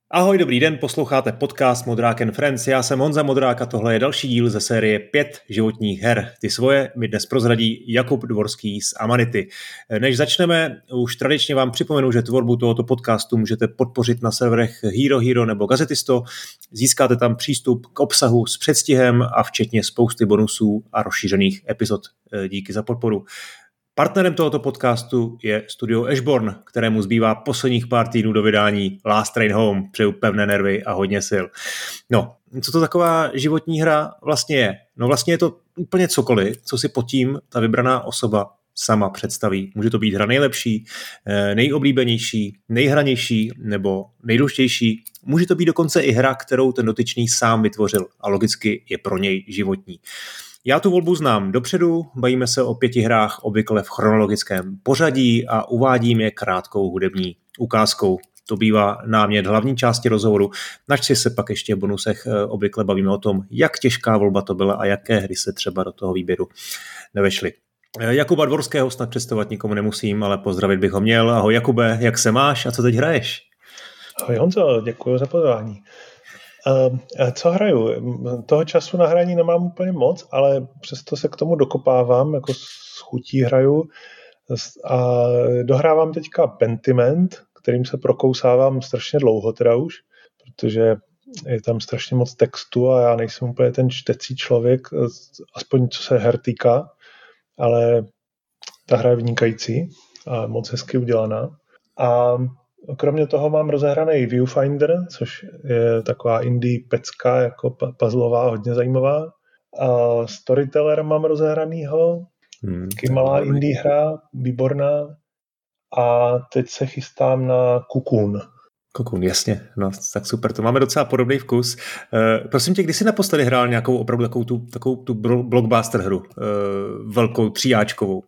Ahoj, dobrý den, posloucháte podcast Modrák and Friends. Já jsem Honza Modrák a tohle je další díl ze série 5 životních her. Ty svoje mi dnes prozradí Jakub Dvorský z Amanity. Než začneme, už tradičně vám připomenu, že tvorbu tohoto podcastu můžete podpořit na serverech Hero Hero nebo Gazetisto. Získáte tam přístup k obsahu s předstihem a včetně spousty bonusů a rozšířených epizod. Díky za podporu. Partnerem tohoto podcastu je studio Ashborn, kterému zbývá posledních pár týdnů do vydání Last Train Home. Přeju pevné nervy a hodně sil. No, co to taková životní hra vlastně je? No vlastně je to úplně cokoliv, co si pod tím ta vybraná osoba sama představí. Může to být hra nejlepší, nejoblíbenější, nejhranější nebo nejdůležitější. Může to být dokonce i hra, kterou ten dotyčný sám vytvořil a logicky je pro něj životní. Já tu volbu znám dopředu, bavíme se o 5 hrách obvykle v chronologickém pořadí a uvádím je krátkou hudební ukázkou. To bývá námět hlavní části rozhovoru, načli se pak ještě v bonusech obvykle bavíme o tom, jak těžká volba to byla a jaké hry se třeba do toho výběru nevešly. Jakuba Dvorského snad představovat nikomu nemusím, ale pozdravit bych ho měl. Ahoj Jakube, jak se máš a co teď hraješ? Ahoj Honzo, děkuji za pozvání. Co hraju? Toho času na hraní nemám úplně moc, ale přesto se k tomu dokopávám, jako s chutí hraju a dohrávám teďka Pentiment, kterým se prokousávám strašně dlouho teda už, protože je tam strašně moc textu a já nejsem úplně ten čtecí člověk, aspoň co se her týká, ale ta hra je vynikající a moc hezky udělaná. A kromě toho mám rozehraný Viewfinder, což je taková indie pecka, jako puzzlová, hodně zajímavá. A Storyteller mám rozehranýho, taky malá indie hra, výborná. A teď se chystám na Cocoon. Cocoon, jasně, no tak super, to máme docela podobný vkus. Prosím tě, kdy jsi naposledy hrál nějakou opravdu takovou tu blockbuster hru, velkou tříáčkovou?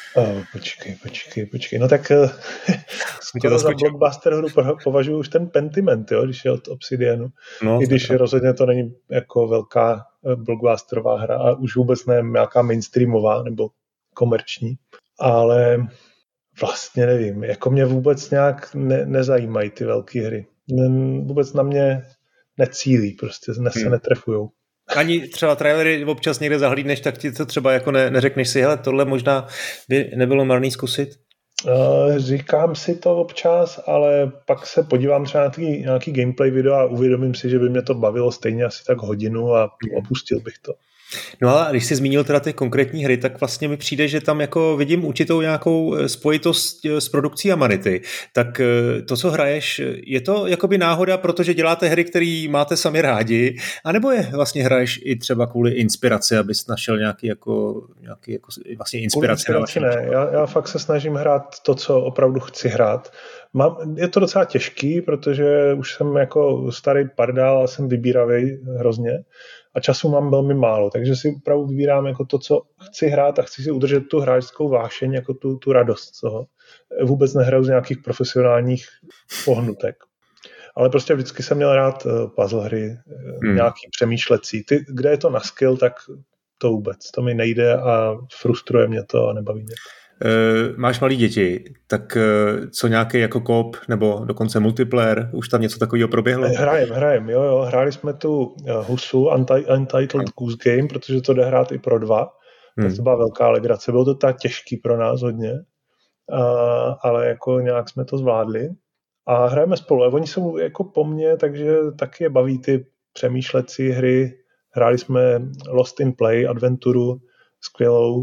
Počkej. No tak skoro za blockbuster hru považuji už ten Pentiment, jo, když je od Obsidianu. No, i když rozhodně to není jako velká blockbusterová hra a už vůbec ne nějaká mainstreamová nebo komerční. Ale vlastně nevím, jako mě vůbec nějak nezajímají ty velké hry. Vůbec na mě necílí, prostě se netrefujou. Ani třeba trailery občas někde zahlídneš, tak ti to třeba jako neřekneš si, hele, tohle možná by nebylo marný zkusit? Říkám si to občas, ale pak se podívám třeba na nějaký gameplay video a uvědomím si, že by mě to bavilo stejně asi tak hodinu a opustil bych to. No ale když jsi zmínil teda ty konkrétní hry, tak vlastně mi přijde, že tam jako vidím určitou nějakou spojitost s produkcí Amanity. Tak to, co hraješ, je to jakoby náhoda, protože děláte hry, které máte sami rádi, anebo je vlastně hraješ i třeba kvůli inspiraci, abys našel nějaký vlastně inspiraci na vašem? Ne, já fakt se snažím hrát to, co opravdu chci hrát. Je to docela těžký, protože už jsem jako starý pardál a jsem vybíravý hrozně. A času mám velmi málo, takže si opravdu vybírám jako to, co chci hrát a chci si udržet tu hráčskou vášeň, jako tu radost z toho. Vůbec nehraju z nějakých profesionálních pohnutek. Ale prostě vždycky jsem měl rád puzzle hry, nějaký přemýšlecí. Kde je to na skill, tak to vůbec. To mi nejde a frustruje mě to a nebaví mě to. Máš malý děti, tak co nějaký jako co-op nebo dokonce multiplayer, už tam něco takového proběhlo? Hrajem, jo. Hráli jsme tu Husu, Untitled Goose Game, protože to jde hrát i pro 2. Tak to byla velká legrace. Bylo to tak těžký pro nás hodně, ale jako nějak jsme to zvládli. A hrajeme spolu. A oni jsou jako po mně, takže taky je baví ty přemýšlecí hry. Hráli jsme Lost in Play, adventuru, skvělou,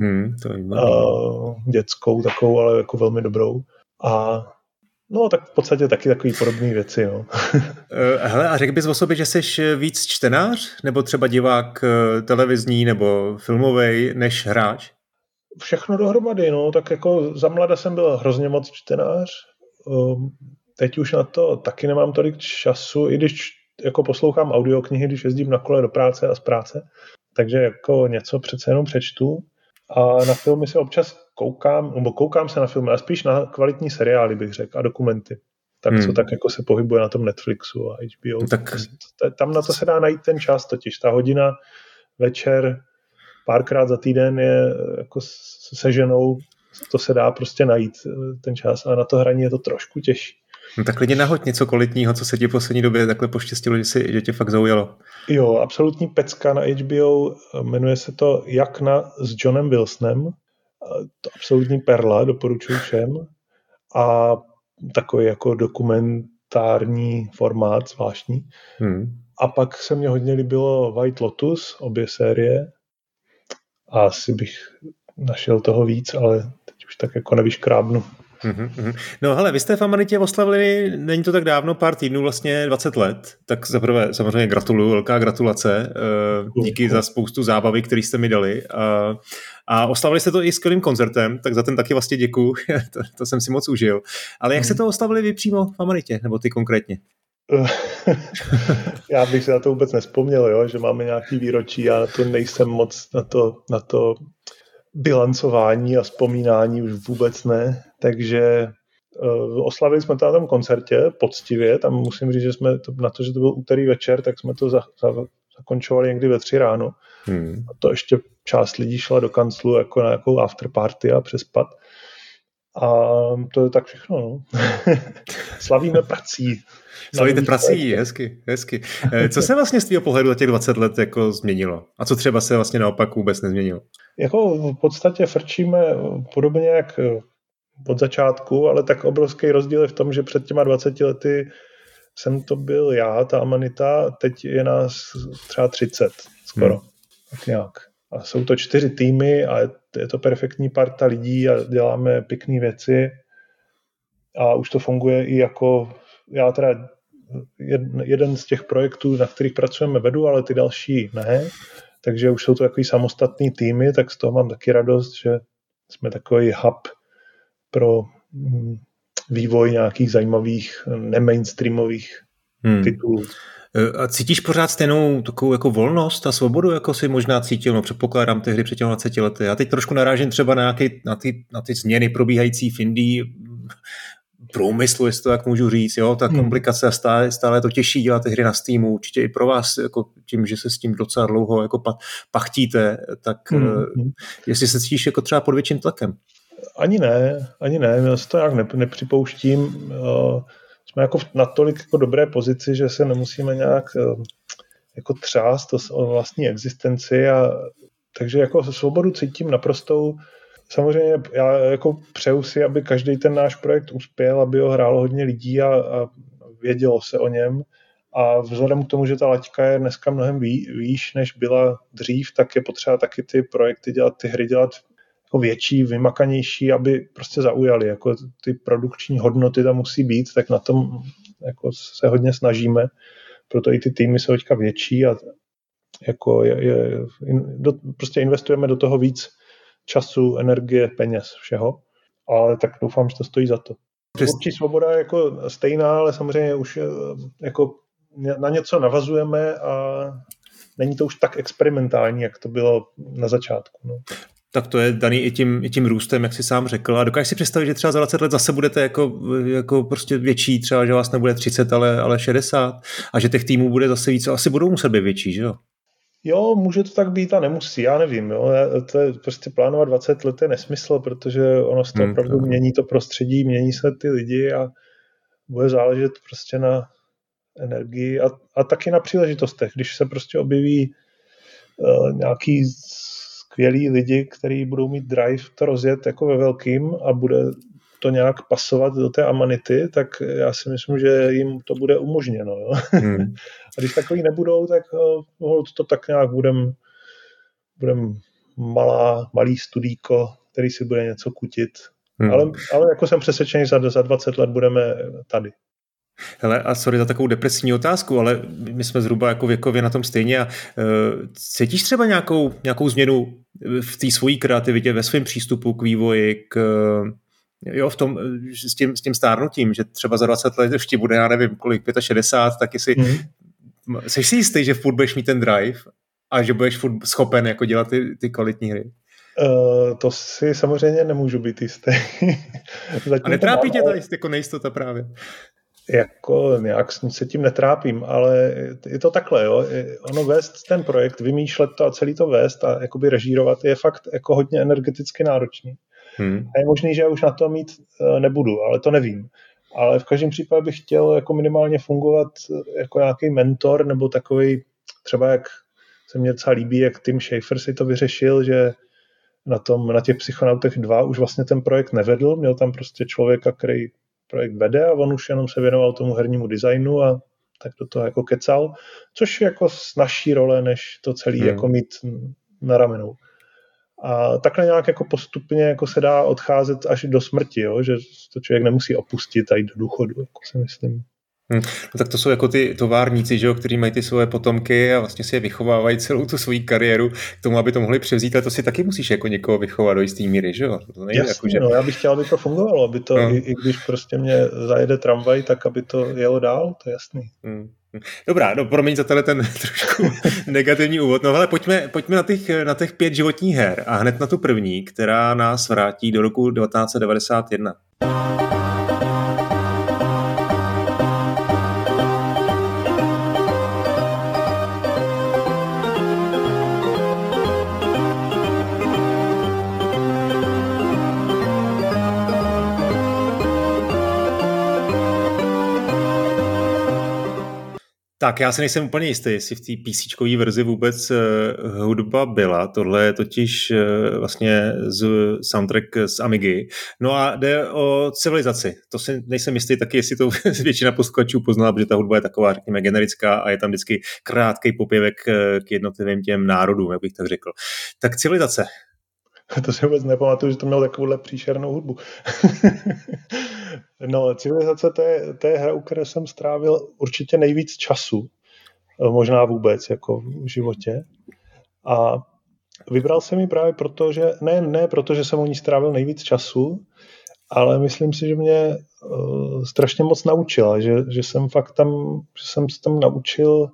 dětskou takovou, ale jako velmi dobrou. A no, tak v podstatě taky takový podobné věci, no. Hele, a řekl bys o sobě, že jsi víc čtenář, nebo třeba divák televizní nebo filmovej, než hráč? Všechno dohromady, no, tak jako za mlada jsem byl hrozně moc čtenář. Teď už na to taky nemám tolik času, i když jako poslouchám audioknihy, když jezdím na kole do práce a z práce. Takže jako něco přece jenom přečtu a na filmy se občas koukám se na filmy, a spíš na kvalitní seriály bych řekl a dokumenty. Tak co tak jako se pohybuje na tom Netflixu a HBO. Tak... Tam na to se dá najít ten čas totiž. Ta hodina večer párkrát za týden je jako se ženou, to se dá prostě najít ten čas a na to hraní je to trošku těžší. No tak klidně nahoď něco kvalitního, co se ti v poslední době takhle poštěstilo, že tě fakt zaujalo. Jo, absolutní pecka na HBO, jmenuje se to Jakna s Johnem Wilsonem. To absolutní perla, doporučuji všem. A takový jako dokumentární formát zvláštní. A pak se mně hodně líbilo White Lotus, obě série. A asi bych našel toho víc, ale teď už tak jako nevyškrábnu. No hele, vy jste v Amanitě oslavili, není to tak dávno, pár týdnů, vlastně 20 let, tak zaprvé samozřejmě gratuluju, velká gratulace, díky za spoustu zábavy, který jste mi dali a oslavili jste to i skvělým koncertem, tak za ten taky vlastně děkuju, to jsem si moc užil. Ale jak se to oslavili vy přímo v Amanitě, nebo ty konkrétně? Já bych si na to vůbec nespomněl, jo, že máme nějaký výročí, já to nejsem moc na to bilancování a vzpomínání už vůbec ne, takže oslavili jsme to na tom koncertě poctivě, tam musím říct, že jsme na to, že to byl úterý večer, tak jsme to zakončovali někdy ve 3 ráno. A to ještě část lidí šla do kanclu jako na nějakou afterparty a přespat. A to je tak všechno, no. Slavíme prací. Slavíte prací, hezky. Co se vlastně z tvého pohledu za těch 20 let jako změnilo? A co třeba se vlastně naopak vůbec nezměnilo? Jako v podstatě frčíme podobně jak od začátku, ale tak obrovský rozdíl je v tom, že před těma 20 lety jsem to byl já, ta Amanita, teď je nás třeba 30 skoro. Tak nějak. A jsou to 4 týmy a je to perfektní parta lidí a děláme pěkné věci a už to funguje i jako, já teda jeden z těch projektů, na kterých pracujeme, vedu, ale ty další ne, takže už jsou to takový samostatný týmy, tak z toho mám taky radost, že jsme takový hub pro vývoj nějakých zajímavých nemainstreamových titulů. A cítíš pořád stejnou takovou jako volnost a svobodu, jako si možná cítil, no předpokládám tehdy před těmi 20 lety. Já teď trošku narážím třeba na ty změny probíhající v Indii, průmyslu, jestli to tak můžu říct, jo, ta komplikace a stále to těžší dělat hry na Steamu, určitě i pro vás, jako tím, že se s tím docela dlouho jako pachtíte, tak jestli se cítíš jako třeba pod větším tlakem. Ani ne, já si to nějak nepřipouštím, jsme jako v natolik jako dobré pozici, že se nemusíme nějak jako třást o vlastní existenci takže jako svobodu cítím naprostou. Samozřejmě já jako přeju si, aby každý ten náš projekt uspěl, aby ho hrálo hodně lidí a vědělo se o něm. A vzhledem k tomu, že ta laťka je dneska mnohem výš, než byla dřív, tak je potřeba taky ty projekty dělat, ty hry dělat jako větší, vymakanější, aby prostě zaujali. Jako ty produkční hodnoty tam musí být, tak na tom jako se hodně snažíme. Proto i ty týmy jsou teďka větší a jako prostě investujeme do toho víc času, energie, peněz, všeho. Ale tak doufám, že to stojí za to. Tvůrčí svoboda je jako stejná, ale samozřejmě už jako na něco navazujeme a není to už tak experimentální, jak to bylo na začátku. No. Tak to je daný i tím růstem, jak jsi sám řekl. A dokážeš si představit, že třeba za 20 let zase budete jako prostě větší, třeba, že vás nebude 30, ale 60 a že těch týmů bude zase víc, asi budou muset být větší, že jo? Jo, může to tak být a nemusí, já nevím. Jo. To je prostě plánovat 20 let je nesmysl, protože ono se to opravdu mění to prostředí, mění se ty lidi a bude záležet prostě na energii a taky na příležitostech. Když se prostě objeví nějaký skvělí lidi, kteří budou mít drive to rozjet jako ve velkým a bude to nějak pasovat do té Amanity, tak já si myslím, že jim to bude umožněno. Jo? A když takový nebudou, tak to tak nějak budem malý studíko, který si bude něco kutit. Ale jako jsem přesvědčený, že za 20 let budeme tady. Hele, a sorry za takovou depresivní otázku, ale my jsme zhruba jako věkově na tom stejně a cítíš třeba nějakou změnu v té svojí kreativitě, ve svém přístupu k vývoji, v tom, s tím stárnutím, že třeba za 20 let ještě bude, já nevím, kolik, 65, tak jestli jsi si jistý, že furt budeš mít ten drive a že budeš furt schopen jako dělat ty kvalitní hry? To si samozřejmě nemůžu být jistý. A netrápí tě ta jako nejistota právě? Jako nějak se tím netrápím, ale je to takhle, jo. Ono vést ten projekt, vymýšlet to a celý to vést a jakoby režírovat je fakt jako hodně energeticky náročný. A je možný, že já už na to mít nebudu, ale to nevím. ale v každém případě bych chtěl jako minimálně fungovat jako nějaký mentor nebo takový, třeba jak se mně docela líbí, jak Tim Schafer si to vyřešil, že na těch Psychonautech 2 už vlastně ten projekt nevedl, měl tam prostě člověka, který projekt vede a on už jenom se věnoval tomu hernímu designu a tak do toho jako kecal, což je jako snazší role, než to celé jako mít na ramenou. A takhle nějak jako postupně jako se dá odcházet až do smrti, jo? Že to člověk nemusí opustit a jít do důchodu, jako si myslím. No tak to jsou jako ty továrníci, že jo, kteří mají ty svoje potomky a vlastně si je vychovávají celou tu svoji kariéru k tomu, aby to mohli převzít, ale to si taky musíš jako někoho vychovat do jistý míry, že jo? To nejde. Jasně, jako, že... no, já bych chtěl, aby to fungovalo, aby to, i když prostě mě zajede tramvaj, tak aby to jelo dál, to je jasný. Dobrá, no promiň za ten trošku negativní úvod, no ale pojďme na těch 5 životních her a hned na tu první, která nás vrátí do roku 1991. Tak, já si nejsem úplně jistý, jestli v té PC-čkové verzi vůbec hudba byla. Tohle je totiž vlastně z soundtrack z Amigy. No a jde o civilizaci. To si nejsem jistý taky, jestli to většina posluchačů poznala, protože ta hudba je taková, řekněme, generická a je tam vždycky krátký popěvek k jednotlivým těm národům, jak bych tak řekl. Tak civilizace. To si vůbec nepamatuju, že to mělo takovouhle příšernou hudbu. No, civilizace to je hra, u které jsem strávil určitě nejvíc času, možná vůbec jako v životě. A vybral jsem ji právě proto, že ne proto, že jsem u ní strávil nejvíc času, ale myslím si, že mě strašně moc naučila, že jsem fakt že jsem se tam naučil,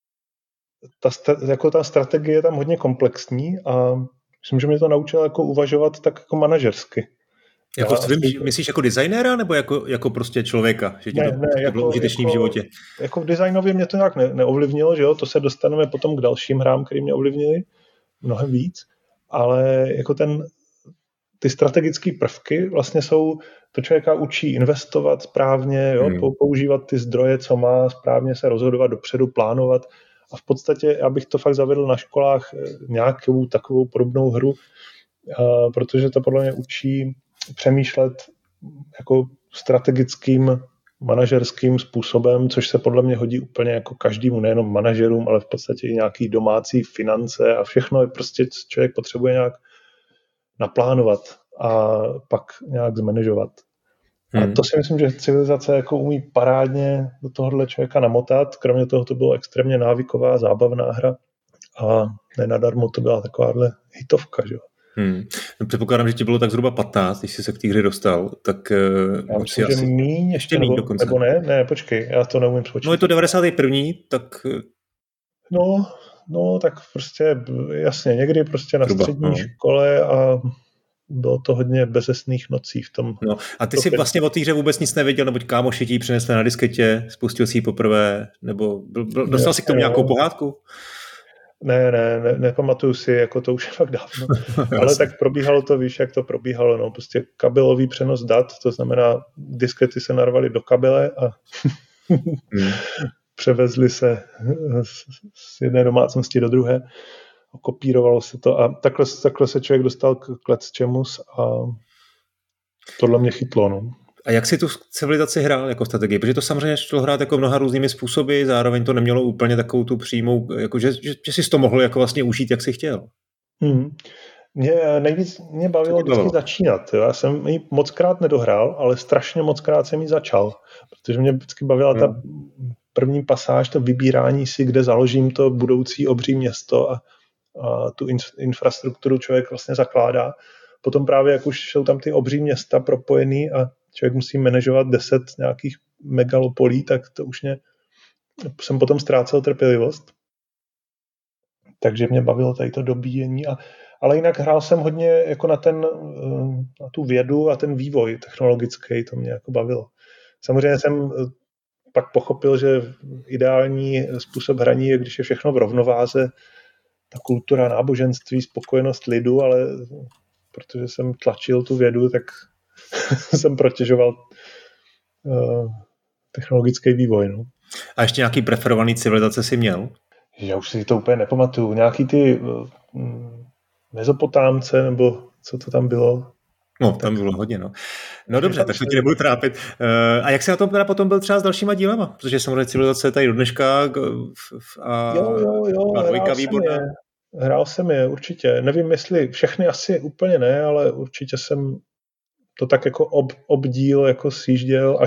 ta strategie je tam hodně komplexní a myslím, že mě to naučilo jako uvažovat tak jako manažersky. Jako myslíš jako designéra nebo jako prostě člověka? Že ne, to bylo užitečný v životě? Jako v designově mě to nějak neovlivnilo, že jo? To se dostaneme potom k dalším hrám, které mě ovlivnily mnohem víc, ale jako ty strategické prvky vlastně to člověka učí investovat správně, jo? Používat ty zdroje, co má, správně se rozhodovat dopředu, plánovat a v podstatě já bych to fakt zavedl na školách nějakou takovou podobnou hru, protože to podle mě učí přemýšlet jako strategickým manažerským způsobem, což se podle mě hodí úplně jako každému, nejenom manažerům, ale v podstatě i nějaký domácí finance a všechno je prostě člověk potřebuje nějak naplánovat a pak nějak zmanažovat. A to si myslím, že civilizace jako umí parádně do tohohle člověka namotat. Kromě toho to bylo extrémně návyková, zábavná hra a nenadarmo to byla takováhle hitovka, že jo. Předpokládám, že ti bylo tak zhruba 15, když jsi se k té hře dostal, tak já myslím, že míň ještě míň dokonce. Nebo ne, počkej, já to neumím spočítat. No je to 91. tak... No, tak prostě jasně, někdy prostě na střední škole a bylo to hodně bezesných nocí v tom. No, a ty si vlastně o té hře vůbec nic nevěděl, neboť kámoši ti přinesli na disketě, spustil si ji poprvé, nebo dostal si k tomu nějakou pohádku? Ne, nepamatuju si, jako to už je fakt dávno. Ale tak probíhalo to, víš, jak to probíhalo, no, prostě kabelový přenos dat, to znamená, diskety se narvaly do kabele a převezly se z jedné domácnosti do druhé, kopírovalo se to a takhle se člověk dostal k lecčemus a tohle mě chytlo, no. A jak si tu civilizaci hrál jako strategii? Protože to samozřejmě šlo hrát jako mnoha různými způsoby, zároveň to nemělo úplně takovou tu přímou, jako že jsi to mohl jako vlastně užít, jak jsi chtěl. Mě bavilo vždycky začínat. Jo. Já jsem ji mockrát nedohrál, ale strašně mockrát jsem ji začal, protože mě vždycky bavila ta první pasáž, to vybírání si, kde založím to budoucí obří město a tu infrastrukturu člověk vlastně zakládá. Potom právě, jak už jsou tam ty obří města propojený a člověk musí manažovat 10 nějakých megalopolí, tak to už jsem potom ztrácel trpělivost. Takže mě bavilo tady to dobíjení. Ale jinak hrál jsem hodně jako na tu vědu a ten vývoj technologický, to mě jako bavilo. Samozřejmě jsem pak pochopil, že ideální způsob hraní je, když je všechno v rovnováze, ta kultura, náboženství, spokojenost lidu, ale protože jsem tlačil tu vědu, tak jsem protěžoval technologický vývoj. No. A ještě nějaký preferovaný civilizace si měl? Já už si to úplně nepamatuju. Nějaký ty Mezopotámce, nebo co to tam bylo? No, tam bylo hodně, no. No dobře, tak to ti nebudu trápit. A jak se na tom teda potom byl třeba s dalšíma dílama? Protože samozřejmě civilizace tady do dneška a dvojka výborná. Hrál jsem je, určitě. Nevím, jestli všechny asi úplně ne, ale určitě jsem to tak jako obdíl jako sjížděl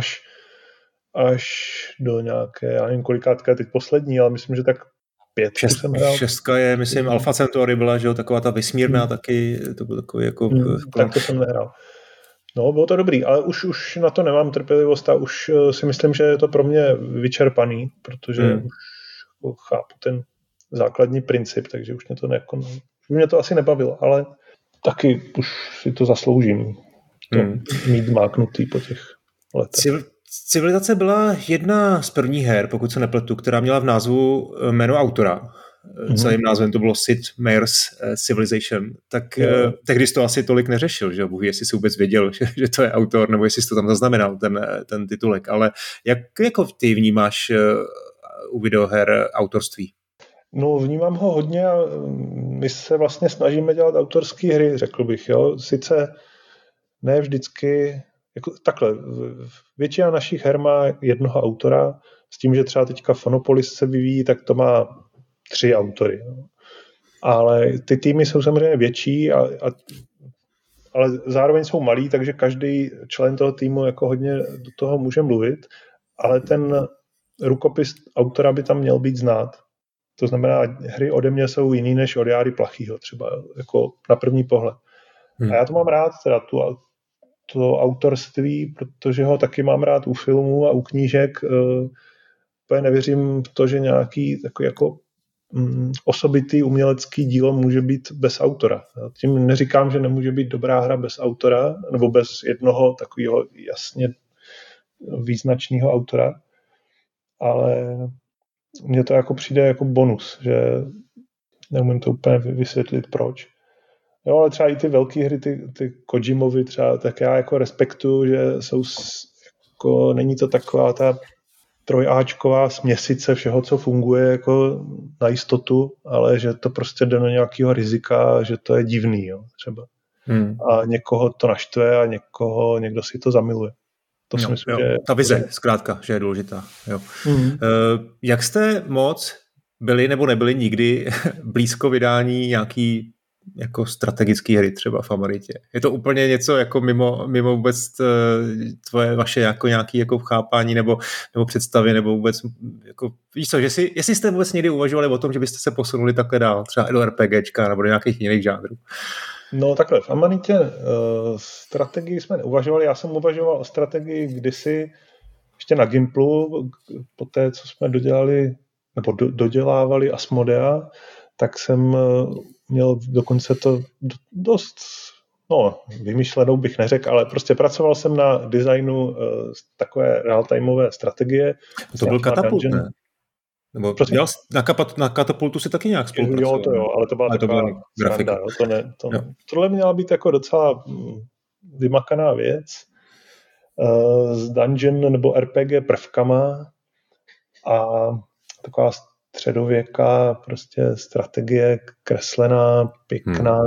až do nějaké, já nevím, kolikátka je teď poslední, ale myslím, že tak 5 jsem hrál. 6 je, myslím, Alpha Centauri byla, že jo, taková ta vesmírná taky, to byl takový jako... Tak to jsem nehrál. No, bylo to dobrý, ale už na to nemám trpělivost a už si myslím, že je to pro mě vyčerpaný, protože už chápu ten základní princip, takže už mě to asi nebavilo, ale taky už si to zasloužím, to mít máknutý po těch letech. Civilizace byla jedna z prvních her, pokud se nepletu, která měla v názvu jméno autora. Celým názvem to bylo Sid Meier's Civilization. Tak tehdy jsi to asi tolik neřešil, že Bůh, jestli jsi vůbec věděl, že to je autor, nebo jestli jsi to tam zaznamenal, ten titulek. Ale jak jako ty vnímáš u videoher autorství? No, vnímám ho hodně a my se vlastně snažíme dělat autorské hry, řekl bych. Jo? Sice ne vždycky, jako takhle, většina našich her má jednoho autora, s tím, že třeba teďka Phonopolis se vyvíjí, tak to má 3 autory. Jo? Ale ty týmy jsou samozřejmě větší, ale zároveň jsou malí, takže každý člen toho týmu jako hodně do toho může mluvit, ale ten rukopis autora by tam měl být znát. To znamená, hry ode mě jsou jiný než od Járy Plachýho, třeba jako na první pohled. A já to mám rád, teda to autorství, protože ho taky mám rád u filmů a u knížek. Úplně nevěřím v to, že nějaký takový jako osobitý umělecký dílo může být bez autora. Tím neříkám, že nemůže být dobrá hra bez autora, nebo bez jednoho takového jasně význačného autora, ale mně to jako přijde jako bonus, že neumím to úplně vysvětlit, proč. Jo, ale třeba i ty velké hry, ty Kojimovy třeba, tak já jako respektuju, že jsou jako, není to taková ta trojáčková směsice všeho, co funguje jako na jistotu, ale že to prostě jde do nějakého rizika, že to je divný, jo, třeba. A někoho to naštve a někdo si to zamiluje. To si myslím, že... Ta vize, zkrátka, že je důležitá. Jo. Jak jste moc byli nebo nebyli nikdy blízko vydání nějaký jako strategický hry třeba v Amaritě? Je to úplně něco jako mimo vůbec vaše jako nějaké jako chápání nebo představy, nebo vůbec jako, víš co, jestli jste vůbec někdy uvažovali o tom, že byste se posunuli takhle dál, třeba do RPGčka nebo do nějakých jiných žánrů? No takhle, v Amanitě strategii jsme neuvažovali, já jsem uvažoval o strategii kdysi ještě na Gimplu, po té, co jsme dodělali nebo dodělávali Asmodea, tak jsem měl dokonce to dost, vymyšlenou bych neřekl, ale prostě pracoval jsem na designu takové real-timeové strategie. To byl Katapult, ne? Nebo na Katapultu si taky nějak spolupracoval. Jo, to jo, ale to byla taková grafika. Tohle měla být jako docela vymakaná věc s dungeon nebo RPG prvkama a taková středověká prostě strategie kreslená, pěkná.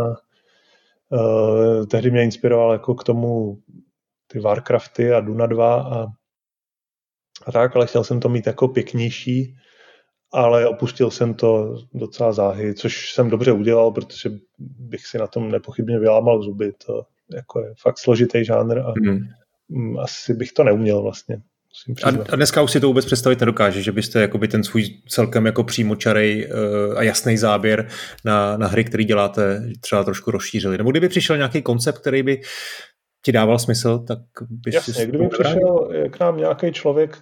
Tehdy mě inspiroval jako k tomu ty Warcrafty a Duna 2 a tak, ale chtěl jsem to mít jako pěknější, ale opustil jsem to docela záhy, což jsem dobře udělal, protože bych si na tom nepochybně vylámal zuby. To jako je fakt složitý žánr a asi bych to neuměl vlastně. A dneska už si to vůbec představit nedokáže, že byste jakoby ten svůj celkem jako přímočarej a jasný záběr na hry, který děláte, třeba trošku rozšířili. Nebo kdyby přišel nějaký koncept, který by ti dával smysl, tak bys... Jasně, kdyby přišel k nám nějaký člověk,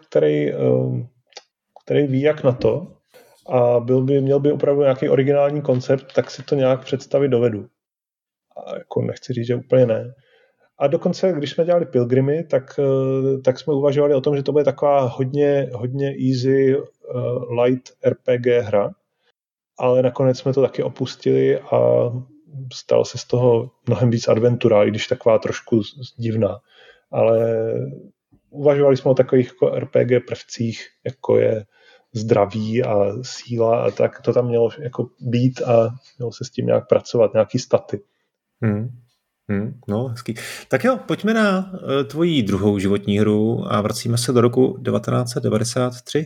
který ví jak na to a měl by opravdu nějaký originální koncept, tak si to nějak představit dovedu. A jako nechci říct, že úplně ne. A dokonce, když jsme dělali Pilgrimy, tak jsme uvažovali o tom, že to bude taková hodně easy light RPG hra, ale nakonec jsme to taky opustili a stal se z toho mnohem víc adventura, i když taková trošku divná. Ale uvažovali jsme o takových jako RPG prvcích, jako je zdraví a síla a tak to tam mělo jako být a mělo se s tím nějak pracovat, nějaký staty. No, hezký. Tak jo, pojďme na tvoji druhou životní hru a vracíme se do roku 1993.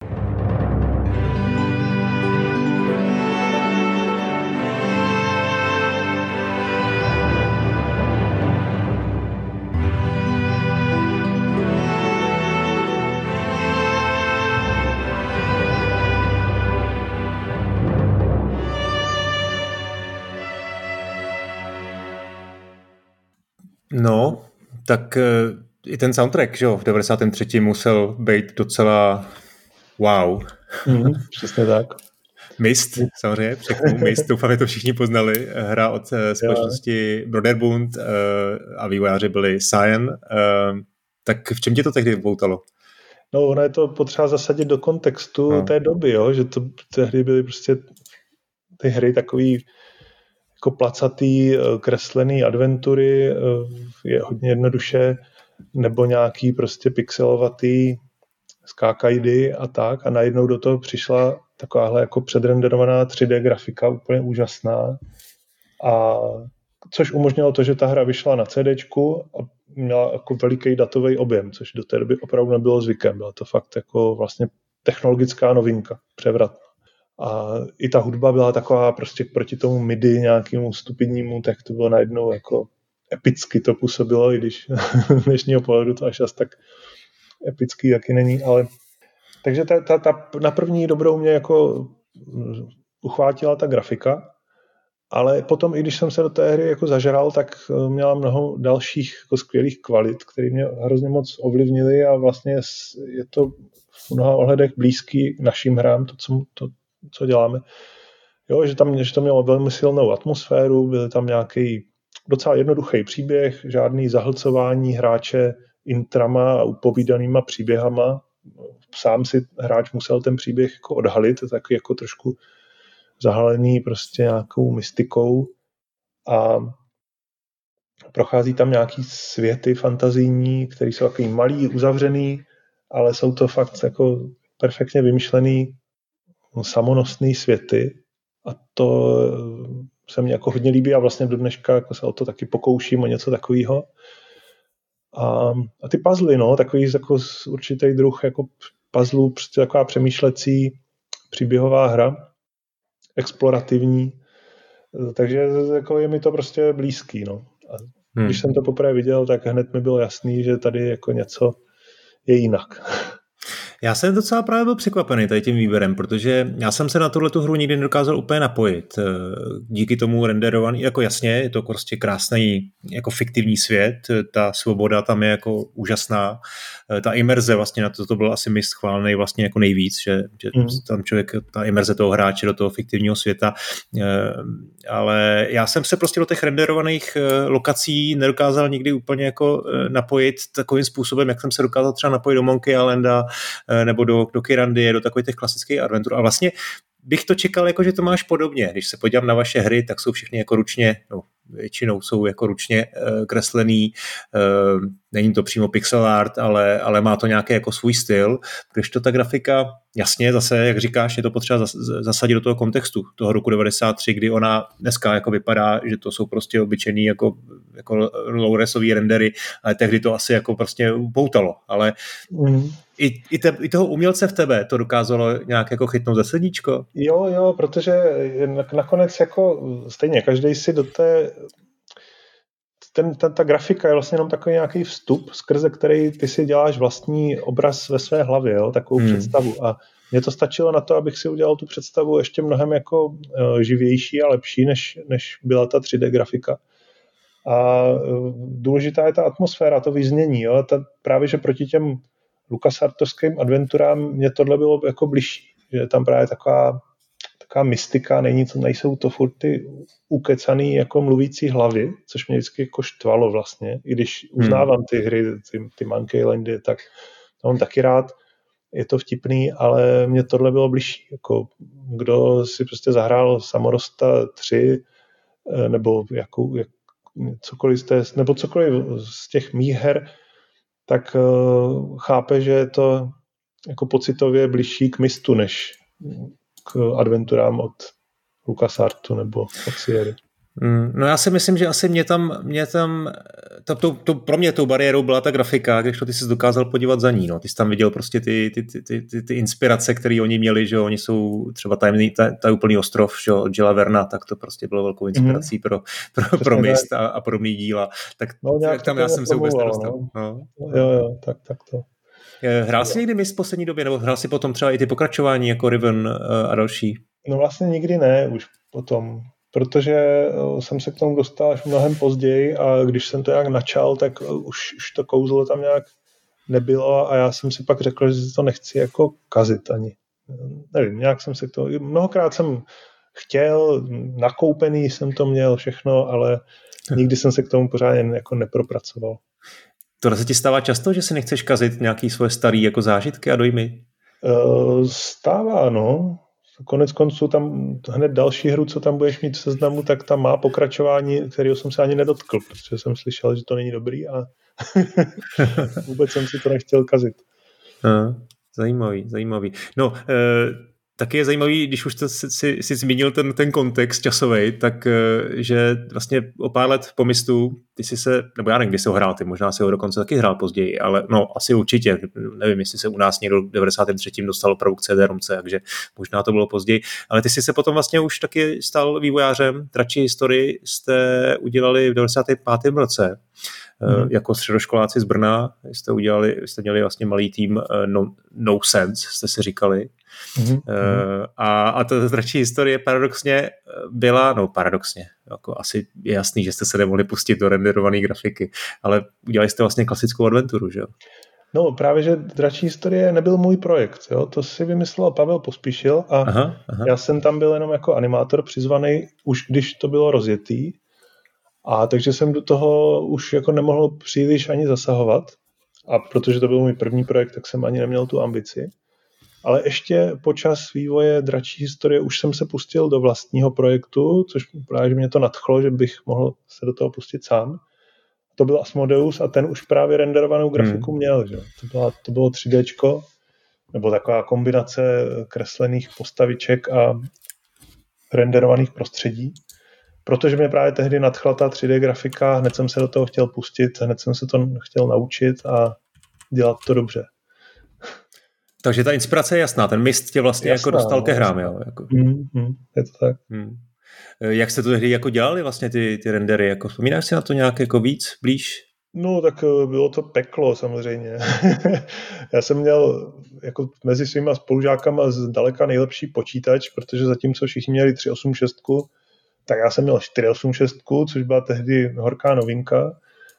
No, tak i ten soundtrack, že jo, v 93. musel být docela wow. Přesně tak. Myst, samozřejmě, překnu. Myst, doufám, že to všichni poznali. Hra od společnosti Broderbund a vývojáři byli Cyan. Tak v čem tě to tehdy poutalo? No, ono je to potřeba zasadit do kontextu té doby, jo? Že to tehdy byly prostě ty hry takový jako placatý, kreslený adventury, je hodně jednoduše, nebo nějaký prostě pixelovatý skákajdy a tak. A najednou do toho přišla takováhle jako předrenderovaná 3D grafika, úplně úžasná. A což umožnilo to, že ta hra vyšla na CDčku a měla jako veliký datový objem, což do té doby opravdu nebylo zvykem. Byla to fakt jako vlastně technologická novinka, převratná. A i ta hudba byla taková prostě proti tomu MIDI nějakému stupidnímu, tak to bylo najednou jako epicky to působilo, i když z dnešního pohledu to až tak epický taky není, ale takže ta na první dobrou mě jako uchvátila ta grafika, ale potom, i když jsem se do té hry jako zažral, tak měla mnoho dalších jako skvělých kvalit, které mě hrozně moc ovlivnily a vlastně je to v mnoha ohledech blízký našim hrám, co děláme. Jo, že to mělo velmi silnou atmosféru, byl tam nějaký docela jednoduchý příběh, žádný zahlcování hráče intrama a upovídanýma příběhama. Sám si hráč musel ten příběh jako odhalit, taky jako trošku zahalený prostě nějakou mystikou a prochází tam nějaký světy fantazijní, které jsou takový malý, uzavřený, ale jsou to fakt jako perfektně vymyšlený samonosný světy a to se mi jako hodně líbí a vlastně do dneška jako se o to taky pokouším o něco takového. A ty puzzly, no, takový jako určitý druh jako puzzlů, prostě taková přemýšlecí příběhová hra, explorativní, takže jako je mi to prostě blízký, no. A když jsem to poprvé viděl, tak hned mi bylo jasný, že tady jako něco je jinak. Já jsem docela právě byl překvapený tady tím výběrem, protože já jsem se na tuhletu hru nikdy nedokázal úplně napojit. Díky tomu renderovaný, jako jasně, je to prostě krásný jako fiktivní svět, ta svoboda tam je jako úžasná, ta imerze vlastně na to byl asi mist chválnej vlastně jako nejvíc, že tam člověk, ta imerze toho hráče do toho fiktivního světa, ale já jsem se prostě do těch renderovaných lokací nedokázal nikdy úplně jako napojit takovým způsobem, jak jsem se dokázal třeba napojit do Monkey Islanda nebo do Kyrandy, do takových těch klasických adventur. A vlastně bych to čekal, jako, že to máš podobně. Když se podívám na vaše hry, tak jsou všechny jako ručně, no, většinou jsou jako ručně kreslený, není to přímo pixel art, ale má to nějaký jako svůj styl, když to ta grafika, jasně, zase, jak říkáš, je to potřeba zasadit do toho kontextu toho roku 93, kdy ona dneska jako vypadá, že to jsou prostě obyčejný jako low-resový rendery, ale tehdy to asi jako prostě poutalo, ale i toho umělce v tebe to dokázalo nějak jako chytnout za srdíčko? Jo, protože nakonec jako stejně každý si do té ta grafika je vlastně jenom takový nějaký vstup, skrze který ty si děláš vlastní obraz ve své hlavě, jo, takovou představu. A mně to stačilo na to, abych si udělal tu představu ještě mnohem jako živější a lepší, než byla ta 3D grafika. A důležitá je ta atmosféra, to vyznění. Jo. Právě, že proti těm LucasArtovským adventurám mě tohle bylo jako bližší. Že je tam právě taková mystika, nejsou to furt ty ukecaný jako mluvící hlavy, což mě vždycky jako štvalo vlastně, i když uznávám ty hry, ty Monkey Islandy, tak to mám taky rád, je to vtipný, ale mě tohle bylo bližší. Jako, kdo si prostě zahrál Samorosta 3, nebo cokoliv z těch mých her, tak chápe, že je to jako pocitově bližší k Mistu, než k adventurám od LucasArtu nebo od Sierry. No já si myslím, že asi mě tam pro mě tou bariérou byla ta grafika, když ty jsi dokázal podívat za ní. No. Ty jsi tam viděl prostě ty inspirace, které oni měli, že oni jsou třeba tajemný ostrov, že od Jilla Verna, tak to prostě bylo velkou inspirací pro Myst a podobný díla. Tak tam já jsem se vůbec nedostal. No. Jo, tak to. Hrál jsi někdy Myst v poslední době, nebo hrál jsi potom třeba i ty pokračování jako Riven a další? No vlastně nikdy ne, už potom. Protože jsem se k tomu dostal až mnohem později a když jsem to nějak načal, tak už to kouzlo tam nějak nebylo a já jsem si pak řekl, že si to nechci jako kazit ani. Nevím, nějak jsem se k tomu... Mnohokrát jsem chtěl, nakoupený jsem to měl všechno, ale nikdy jsem se k tomu pořádně jako nepropracoval. To se ti stává často, že si nechceš kazit nějaký svoje staré jako zážitky a dojmy? Stává, no. Konec konců tam hned další hru, co tam budeš mít v seznamu, tak tam má pokračování, kterého jsem se ani nedotkl, protože jsem slyšel, že to není dobrý a vůbec jsem si to nechtěl kazit. Zajímavý. No, taky je zajímavý, když už si zmínil ten kontext časový, tak že vlastně o pár let po Mystu, ty jsi se, nebo já nevím, kdy jsi ho hrál, ty možná si ho dokonce taky hrál později, ale no asi určitě, nevím, jestli se u nás někdo v 93. dostal opravdu k CD-romce, takže možná to bylo později, ale ty jsi se potom vlastně už taky stal vývojářem, Dračí historii jste udělali v 95. roce. Jako středoškoláci z Brna jste měli vlastně malý tým No Sense, jste si říkali. A ta Dračí historie paradoxně byla, jako asi je jasný, že jste se nemohli pustit do renderované grafiky, ale udělali jste vlastně klasickou adventuru, že jo? No právě, že Dračí historie nebyl můj projekt, jo? To si vymyslel Pavel Pospíšil a já jsem tam byl jenom jako animátor přizvaný, už když to bylo rozjetý. A takže jsem do toho už jako nemohl příliš ani zasahovat. A protože to byl můj první projekt, tak jsem ani neměl tu ambici. Ale ještě počas vývoje Dračí historie už jsem se pustil do vlastního projektu, což právě mě to nadchlo, že bych mohl se do toho pustit sám. To byl Asmodeus a ten už právě renderovanou grafiku měl. Že? To bylo 3Dčko, nebo taková kombinace kreslených postaviček a renderovaných prostředí. Protože mě právě tehdy nadchla ta 3D grafika, hned jsem se do toho chtěl pustit, hned jsem se to chtěl naučit a dělat to dobře. Takže ta inspirace je jasná, ten Myst tě vlastně jasná, jako dostal ke hrám, jo? Jako. Je to tak. Jak jste to tehdy jako dělali vlastně ty rendery? Jako, vzpomínáš si na to nějak jako víc, blíž? No tak bylo to peklo samozřejmě. Já jsem měl jako mezi svýma spolužákama zdaleka nejlepší počítač, protože zatímco všichni měli 386, tak já jsem měl 486, což byla tehdy horká novinka,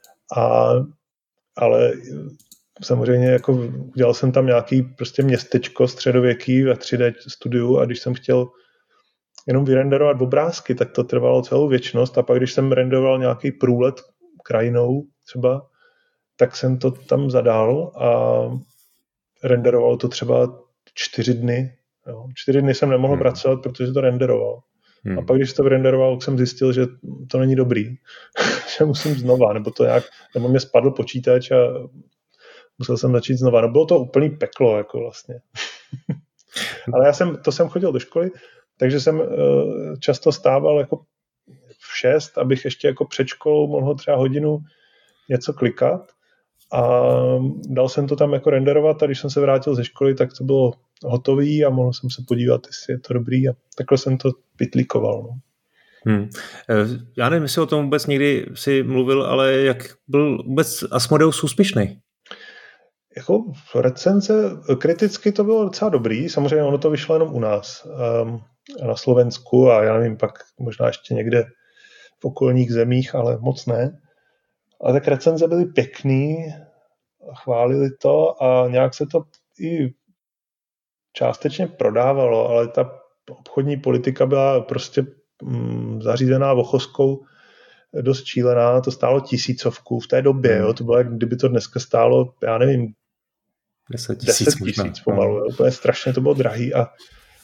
ale samozřejmě jako udělal jsem tam nějaký prostě městečko středověký ve 3D studiu a když jsem chtěl jenom vyrenderovat obrázky, tak to trvalo celou věčnost a pak když jsem renderoval nějaký průlet krajinou třeba, tak jsem to tam zadal a renderovalo to třeba 4 dny. Jo. 4 dny jsem nemohl pracovat, protože to renderoval. A pak, když to vyrenderoval, jsem zjistil, že to není dobrý. Že musím znova, nebo mě spadl počítač a musel jsem začít znova. No bylo to úplný peklo, jako vlastně. Ale to jsem chodil do školy, takže jsem často stával jako v 6, abych ještě jako před školou mohl třeba hodinu něco klikat a dal jsem to tam jako renderovat a když jsem se vrátil ze školy, tak to bylo hotový a mohl jsem se podívat, jestli je to dobrý a takhle jsem to pitlíkoval. No. Já nevím, jestli o tom vůbec někdy si mluvil, ale jak byl vůbec Asmodeus úspěšný? Jako recenze, kriticky to bylo docela dobrý, samozřejmě ono to vyšlo jenom u nás na Slovensku a já nevím, pak možná ještě někde v okolních zemích, ale moc ne. Ale tak recenze byly pěkný, chválili to a nějak se to i částečně prodávalo, ale ta obchodní politika byla prostě zařízená Vochoskou dost šílená, to stálo 1000 v té době, jo, to bylo, jak kdyby to dneska stálo, já nevím, 10 000 pomalu, jo, úplně strašně to bylo drahý a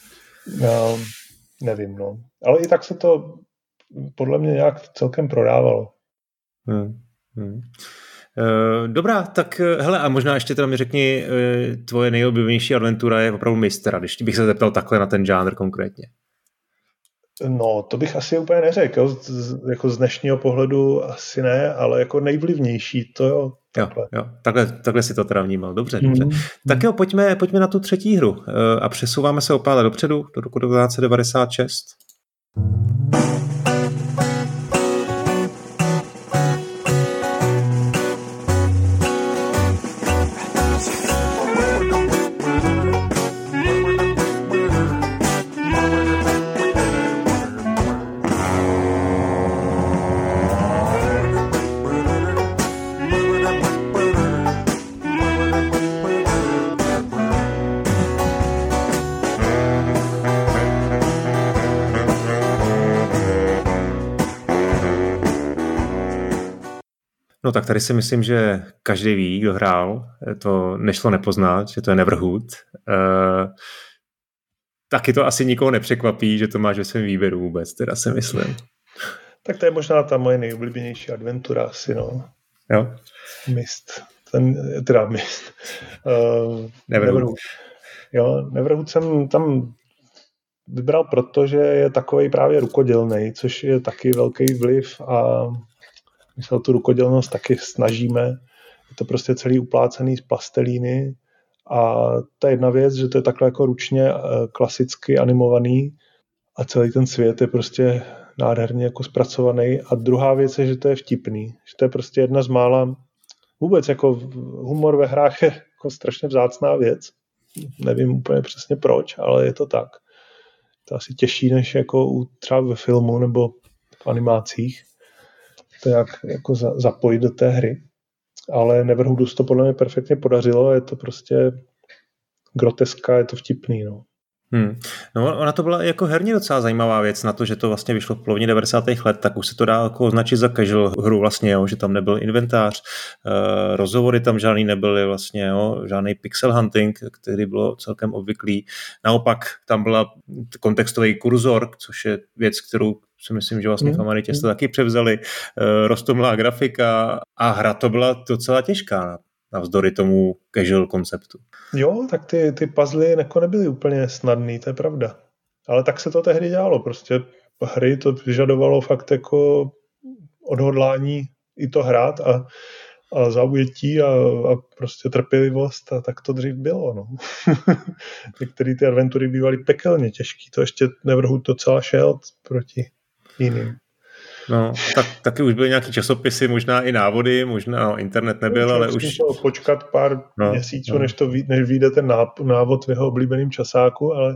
nevím, no. Ale i tak se to podle mě nějak celkem prodávalo. Dobrá, tak hele, a možná ještě teda mi řekni, tvoje nejoblíbenější adventura je opravdu Mystera, když bych se zeptal takhle na ten žánr konkrétně. No, to bych asi úplně neřekl, jo. Jako z dnešního pohledu asi ne, ale jako nejvlivnější, to jo. Takhle. Jo, takhle si to teda vnímal. Dobře. Tak jo, pojďme na tu třetí hru a přesouváme se o pár let dopředu, do roku 1996. No tak tady si myslím, že každý ví, kdo hrál, to nešlo nepoznat, že to je Neverhood. Taky to asi nikoho nepřekvapí, že to máš ve svém výběru vůbec, teda si myslím. Tak to je možná ta moje nejoblíbenější adventura asi, no. Jo? Myst. Neverhood. Jo, Neverhood jsem tam vybral, protože je takovej právě rukodělnej, což je taky velký vliv a my se o tu rukodělnost taky snažíme. Je to prostě celý uplácený z plastelíny a ta jedna věc, že to je takhle jako ručně klasicky animovaný a celý ten svět je prostě nádherně jako zpracovaný. A druhá věc je, že to je vtipný. Že to je prostě jedna z mála. Vůbec jako humor ve hrách je jako strašně vzácná věc. Nevím úplně přesně proč, ale je to tak. To asi těžší, než jako třeba ve filmu nebo v animacích. To jak jako zapojit do té hry. Ale Neverhoodu to podle mě perfektně podařilo. Je to prostě groteska, je to vtipný. No. No, ona to byla jako herně docela zajímavá věc na to, že to vlastně vyšlo v polovině 90. let, tak už se to dá jako označit za casual hru vlastně, jo, že tam nebyl inventář, rozhovory tam žádný nebyly vlastně, jo, žádný pixel hunting, který bylo celkem obvyklý. Naopak tam byla kontextový kurzor, což je věc, kterou si myslím, že vlastně v Amanitě jste taky převzali, roztomilá grafika a hra to byla docela těžká navzdory tomu casual konceptu. Jo, tak ty puzzly nebyly úplně snadný, to je pravda. Ale tak se to tehdy dělalo, prostě hry to vyžadovalo fakt jako odhodlání i to hrát a zaujetí a prostě trpělivost a tak to dřív bylo. No. Některé ty adventury bývaly pekelně těžký, to ještě Neverhood docela šel proti jiným. No, tak taky už byly nějaký časopisy, možná i návody, možná internet nebyl, ale už... Musel počkat pár měsíců, než vyjde ten návod v jeho oblíbeným časáku, ale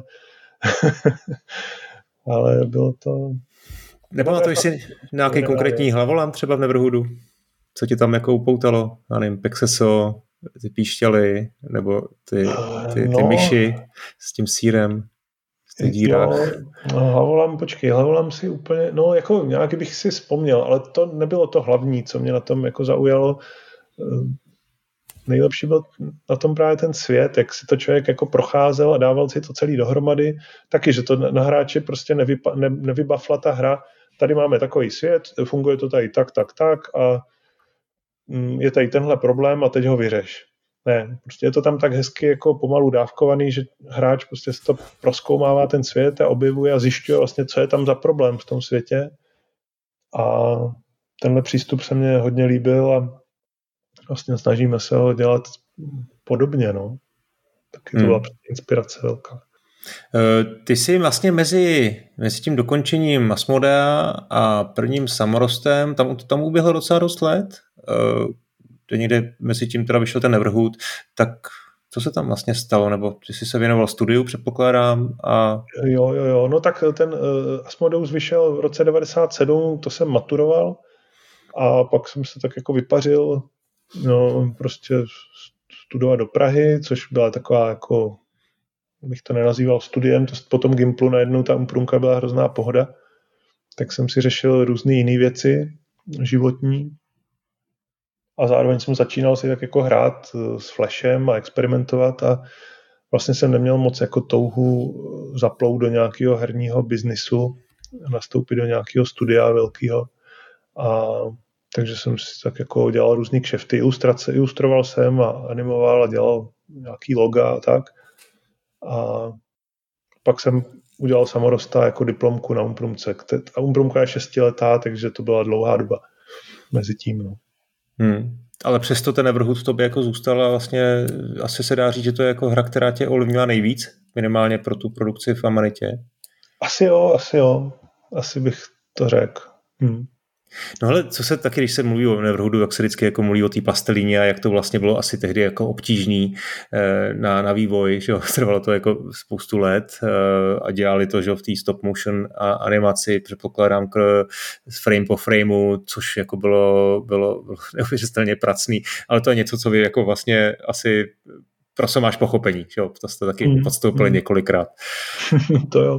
ale bylo to... Nepamatuješ si nějaký konkrétní hlavolam třeba v Neverhoodu? Co ti tam jako upoutalo? Já nevím, Pexeso, ty píšťaly, nebo ty myši s tím sýrem v těch dírách. Hlavolam si úplně, no jako nějaký bych si vzpomněl, ale to nebylo to hlavní, co mě na tom jako zaujalo. Nejlepší byl na tom právě ten svět, jak si to člověk jako procházel a dával si to celý dohromady. Taky, že to na hráči prostě nevybafla ta hra. Tady máme takový svět, funguje to tady tak a je tady tenhle problém a teď ho vyřeš. Ne, prostě je to tam tak hezky jako pomalu dávkovaný, že hráč prostě si to prozkoumává ten svět a objevuje a zjišťuje vlastně, co je tam za problém v tom světě. A tenhle přístup se mně hodně líbil a vlastně snažíme se ho dělat podobně, no. Taky to byla inspirace velká. Ty jsi vlastně mezi tím dokončením Asmodea a prvním Samorostem, tam uběhlo docela dost let. To někde mezi tím teda vyšel ten Neverhood, tak co se tam vlastně stalo? Nebo ty jsi se věnoval studiu, předpokládám? Jo, no tak ten Asmodeus vyšel v roce 97, to jsem maturoval a pak jsem se tak jako vypařil, no prostě studovat do Prahy, což byla taková jako, bych to nenazýval studiem, to po tom Gimplu najednou ta Umprunka byla hrozná pohoda, tak jsem si řešil různé jiné věci životní a zároveň jsem začínal si tak jako hrát s Flashem a experimentovat a vlastně jsem neměl moc jako touhu zaplout do nějakého herního biznisu, nastoupit do nějakého studia velkého a Takže jsem si tak jako dělal různý kšefty, ilustroval jsem a animoval a dělal nějaký loga a tak. A pak jsem udělal samorosta jako diplomku na Umprumce. A Umprumka je 6letá, takže to byla dlouhá doba mezi tím. No. Ale přesto ten Neverhood v tobě jako zůstal a vlastně asi se dá říct, že to je jako hra, která tě ovlivnila nejvíc, minimálně pro tu produkci v Amanitě. Asi jo. Asi bych to řekl. No ale co se taky, když se mluví o Neverhoodu, tak se vždycky jako mluví o té pastelíně a jak to vlastně bylo asi tehdy jako obtížný na vývoj, že jo, trvalo to jako spoustu let a dělali to, že jo, v té stop motion a animaci, předpokládám frame po frameu, což jako bylo neuvěřitelně pracný, ale to je něco, co vy jako vlastně asi prostě máš pochopení, že jo, to jste taky podstoupili několikrát. To jo.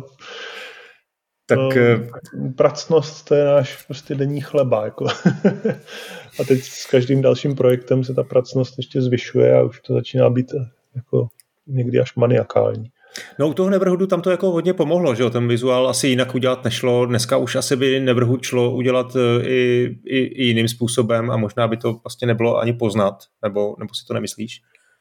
Tak pracnost, to je náš prostě denní chleba. Jako. A teď s každým dalším projektem se ta pracnost ještě zvyšuje a už to začíná být jako někdy až maniakální. No u toho Neverhoodu tam to jako hodně pomohlo, že jo, ten vizuál asi jinak udělat nešlo, dneska už asi by Neverhood šlo udělat i jiným způsobem a možná by to vlastně nebylo ani poznat, nebo si to nemyslíš?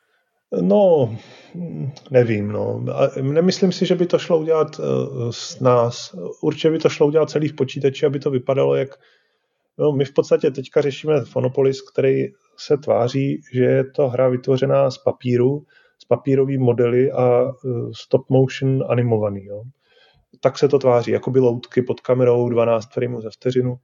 No, nevím, no. Nemyslím si, že by to šlo udělat s nás. Určitě by to šlo udělat celý v počítači, aby to vypadalo jak... No, my v podstatě teďka řešíme Phonopolis, který se tváří, že je to hra vytvořená z papíru, z papírový modely a stop motion animovaný. Jo. Tak se to tváří, jako by loutky pod kamerou 12 frameů za vteřinu.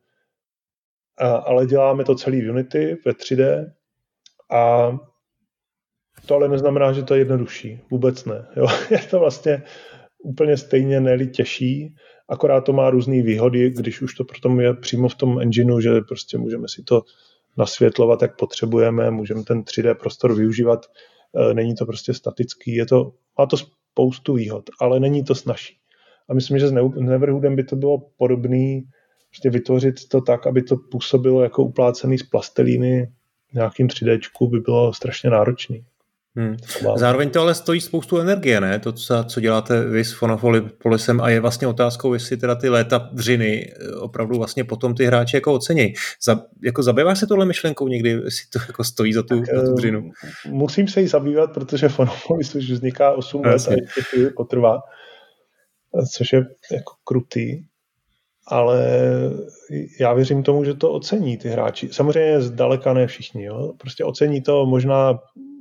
Ale děláme to celý v Unity ve 3D a to ale neznamená, že to je jednodušší. Vůbec ne. Jo. Je to vlastně úplně stejně ne-li těžší, akorát to má různé výhody, když už to potom je přímo v tom engineu, že prostě můžeme si to nasvětlovat, jak potřebujeme, můžeme ten 3D prostor využívat, není to prostě statický, má to spoustu výhod, ale není to snazší. A myslím, že s Neverhoodem by to bylo podobné, prostě vytvořit to tak, aby to působilo jako uplácený z plastelíny nějakým 3Dčku by bylo strašně náročný. Zároveň to ale stojí spoustu energie, ne? To, co děláte vy s Phonopolisem a je vlastně otázkou, jestli teda ty léta dřiny opravdu vlastně potom ty hráči jako ocení. Jako zabýváš se tohle myšlenkou někdy, jestli to jako stojí za tu dřinu? Musím se jí zabývat, protože Phonopolis už vzniká 8 let a ještě chvíli potrvá, což je jako krutý. Ale já věřím tomu, že to ocení ty hráči. Samozřejmě zdaleka ne všichni. Jo? Prostě ocení to možná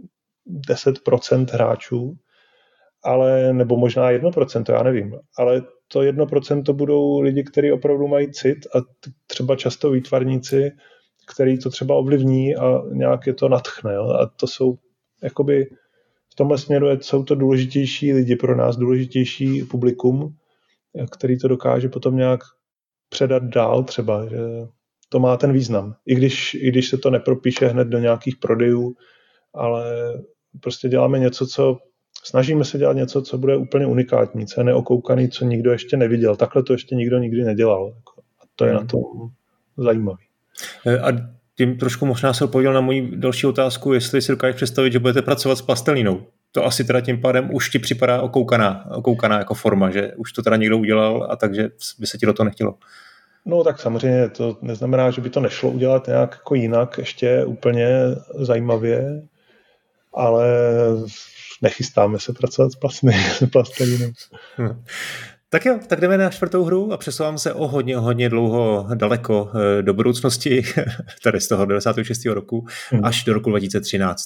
10% hráčů, nebo možná 1%, já nevím. Ale to 1% budou lidi, kteří opravdu mají cit a třeba často výtvarníci, který to třeba ovlivní a nějak je to nadchne. Jo? A to jsou jakoby v tomhle směru jsou to důležitější lidi pro nás, důležitější publikum, který to dokáže potom nějak předat dál třeba, že to má ten význam. I když se to nepropíše hned do nějakých prodejů, ale prostě snažíme se dělat něco, co bude úplně unikátní, co je neokoukaný, co nikdo ještě neviděl. Takhle to ještě nikdo nikdy nedělal. A to je na tom zajímavý. A tím trošku možná se odpověděl na moji další otázku, jestli si dokážeš představit, že budete pracovat s plastelínou. To asi teda tím pádem už ti připadá okoukaná jako forma, že už to teda někdo udělal a takže by se ti do toho nechtělo. No tak samozřejmě to neznamená, že by to nešlo udělat nějak jako jinak, ještě úplně zajímavě, ale nechystáme se pracovat s plastelínou. Tak jo, tak jdeme na 4. hru a přesouvám se o hodně dlouho daleko do budoucnosti, tady z toho 96. roku, až do roku 2013.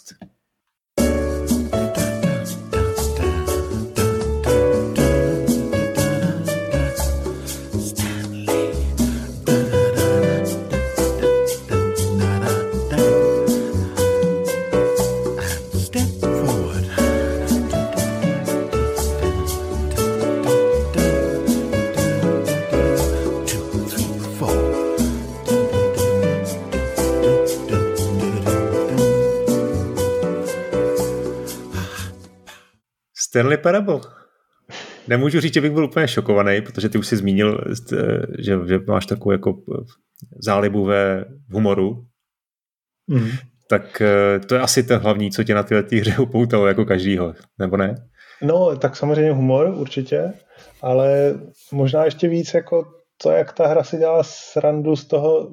Stanley Parable. Nemůžu říct, že bych byl úplně šokovaný, protože ty už jsi zmínil, že máš takovou jako zálibu ve humoru. Tak to je asi ten hlavní, co tě na tyhle hře upoutalo, jako každýho, nebo ne? No, tak samozřejmě humor určitě, ale možná ještě víc jako to, jak ta hra si dělá srandu z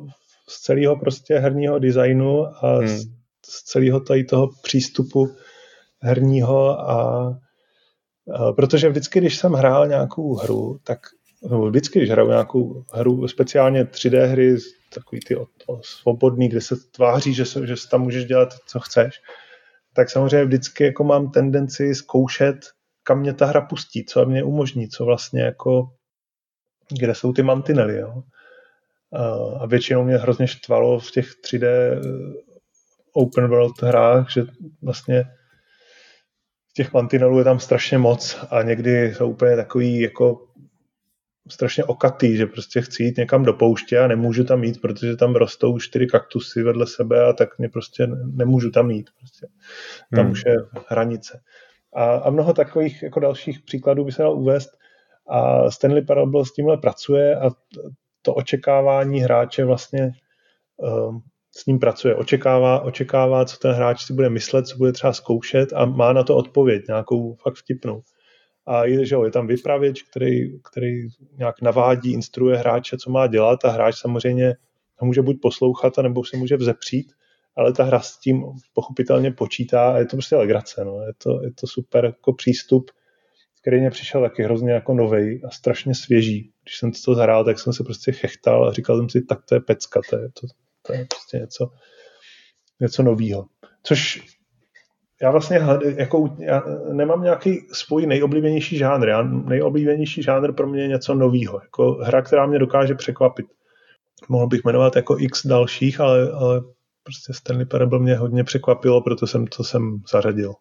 z celého prostě herního designu a z celého tady toho přístupu herního a protože vždycky, když jsem hrál nějakou hru, tak vždycky, když hraju nějakou hru, speciálně 3D hry, takový ty svobodný, kde se tváří, že si tam můžeš dělat, co chceš, tak samozřejmě vždycky jako mám tendenci zkoušet, kam mě ta hra pustí, co mě umožní, co vlastně jako, kde jsou ty mantinely, jo. A většinou mě hrozně štvalo v těch 3D open world hrách, že vlastně těch mantinelů je tam strašně moc a někdy jsou úplně takový jako strašně okatý, že prostě chci jít někam do pouště a nemůžu tam jít, protože tam rostou 4 kaktusy vedle sebe a tak mě prostě nemůžu tam jít. Prostě. Tam už je hranice. A mnoho takových jako dalších příkladů by se dal uvést a Stanley Parable s tímhle pracuje a to očekávání hráče vlastně s ním pracuje. Očekává, co ten hráč si bude myslet, co bude třeba zkoušet a má na to odpověď, nějakou fakt vtipnou. A je tam vypravěč, který nějak navádí, instruuje hráče, co má dělat a hráč samozřejmě ho může buď poslouchat, nebo se může vzepřít, ale ta hra s tím pochopitelně počítá a je to prostě legrace. No. Je to super jako přístup, který mě přišel taky hrozně jako novej a strašně svěží. Když jsem to zahrál, tak jsem se prostě chechtal a říkal jsem si, tak to je pecka, to je prostě něco novýho. Což já vlastně já nemám nějaký svůj nejoblíbenější žánr. Nejoblíbenější žánr pro mě je něco novýho. Jako hra, která mě dokáže překvapit. Mohl bych jmenovat jako x dalších, ale prostě Stanley Parable mě hodně překvapilo, proto jsem to zařadil.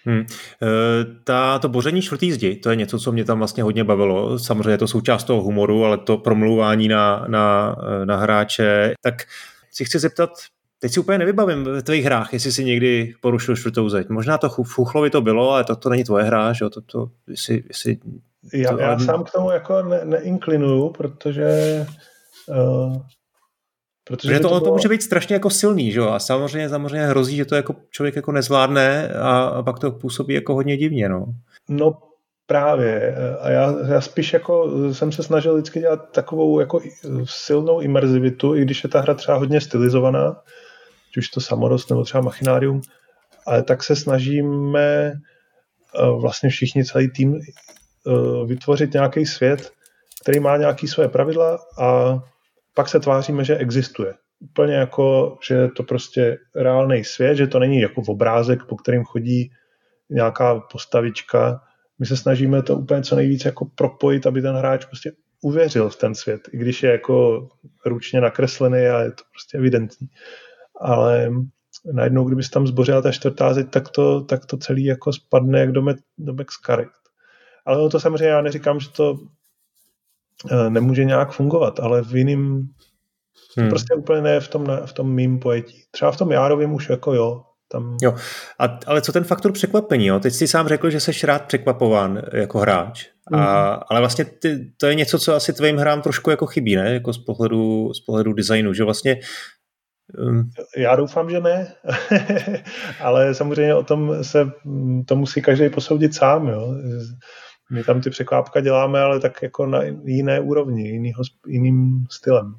To boření čtvrtý zdi, to je něco, co mě tam vlastně hodně bavilo. Samozřejmě je to součást toho humoru, ale to promlouvání na hráče. Tak si chci zeptat, teď si úplně nevybavím v tvých hrách, jestli si někdy porušil čtvrtou zeď. Možná to Fuchlovi to bylo, ale to není tvoje hra, že jo? Já sám k tomu jako neinklinuju, protože to může být strašně jako silný, že jo? A samozřejmě hrozí, že to jako člověk jako nezvládne a pak to působí jako hodně divně, no. No právě. A já spíš jako jsem se snažil vždycky dělat takovou jako silnou imerzivitu, i když je ta hra třeba hodně stylizovaná, ať už to Samorost nebo třeba Machinarium, ale tak se snažíme vlastně všichni, celý tým, vytvořit nějaký svět, který má nějaké své pravidla a pak se tváříme, že existuje. Úplně jako, že je to prostě reálný svět, že to není jako v obrázek, po kterým chodí nějaká postavička. My se snažíme to úplně co nejvíc jako propojit, aby ten hráč prostě uvěřil v ten svět, i když je jako ručně nakreslený a je to prostě evidentní. Ale najednou, kdyby se tam zbořila ta čtvrtá zeď, tak to celý jako spadne jak domek z karet. Ale to samozřejmě já neříkám, že to nemůže nějak fungovat, ale v jiným prostě úplně ne v tom mým pojetí. Třeba v tom Járovým už jako jo. Tam... Jo, ale co ten faktor překvapení? Jo? Teď jsi sám řekl, že jsi rád překvapován jako hráč, ale vlastně to je něco, co asi tvým hrám trošku jako chybí, ne? Jako z pohledu designu, že vlastně... Já doufám, že ne, ale samozřejmě o tom to musí každý posoudit sám, jo. My tam ty překvápka děláme, ale tak jako na jiné úrovni, jiným stylem.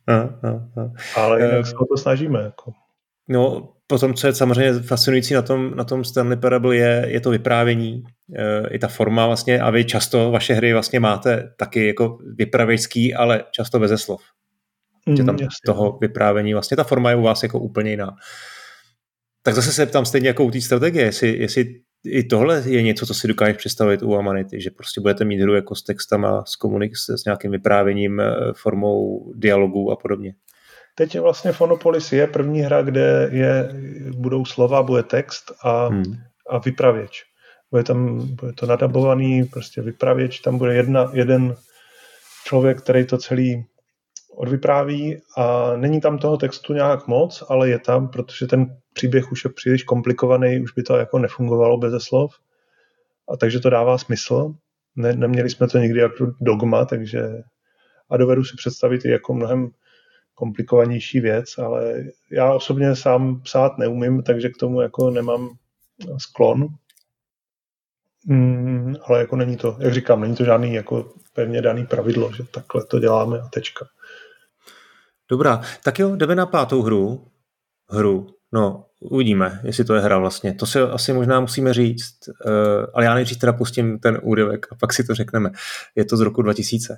Ale jinak se o to snažíme. Jako. No, potom, co je samozřejmě fascinující na tom Stanley Parable, je to vyprávění, i ta forma vlastně, a vy často vaše hry vlastně máte taky jako vypravěčský, ale často beze slov. Že tam z toho vyprávění vlastně ta forma je u vás jako úplně jiná. Tak zase se ptám stejně jako u té strategie, jestli i tohle je něco, co si dokážeš představit u Amanity, že prostě budete mít hru jako s textama, s nějakým vyprávěním, formou dialogů a podobně. Teď vlastně Phonopolis je první hra, kde budou slova, bude text a vypravěč. Bude to nadabovaný prostě vypravěč, tam bude jeden člověk, který to celý odvypráví a není tam toho textu nějak moc, ale je tam, protože ten příběh už je příliš komplikovaný, už by to jako nefungovalo beze slov. A takže to dává smysl. Neměli jsme to nikdy jako dogma, takže a dovedu si představit i jako mnohem komplikovanější věc, ale já osobně sám psát neumím, takže k tomu jako nemám sklon. Ale jako není to, jak říkám, není to žádný jako pevně daný pravidlo, že takhle to děláme a tečka. Dobrá, tak jo, jdeme na 5. hru. No, uvidíme, jestli to je hra vlastně. To si asi možná musíme říct, ale já nejdřív teda pustím ten úryvek a pak si to řekneme. Je to z roku 2000.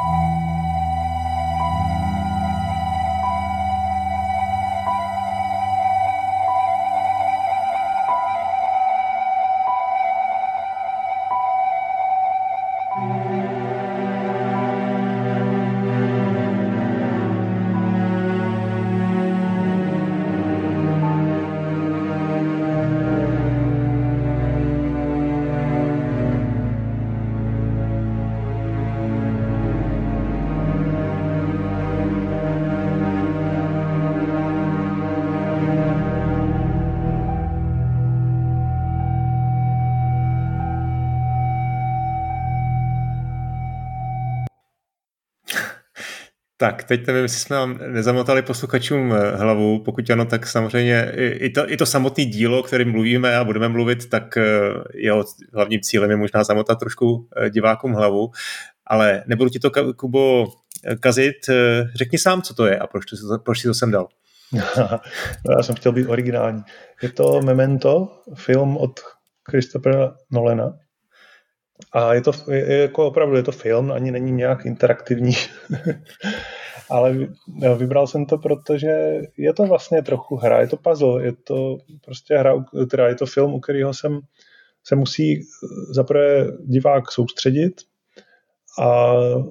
Tak, teď nevím, jestli jsme vám nezamotali posluchačům hlavu, pokud ano, tak samozřejmě i to samotné dílo, o kterém mluvíme a budeme mluvit, tak jeho hlavním cílem je možná zamotat trošku divákům hlavu, ale nebudu ti to, Kubo, kazit. Řekni sám, co to je a proč si to sem dal. Já jsem chtěl být originální. Je to Memento, film od Christophera Nolana. A jako opravdu je to film, ani není nějak interaktivní. Ale vybral jsem to, protože je to vlastně trochu hra, je to puzzle, je to prostě hra, teda je to film, u kterého se musí zaprvé divák soustředit a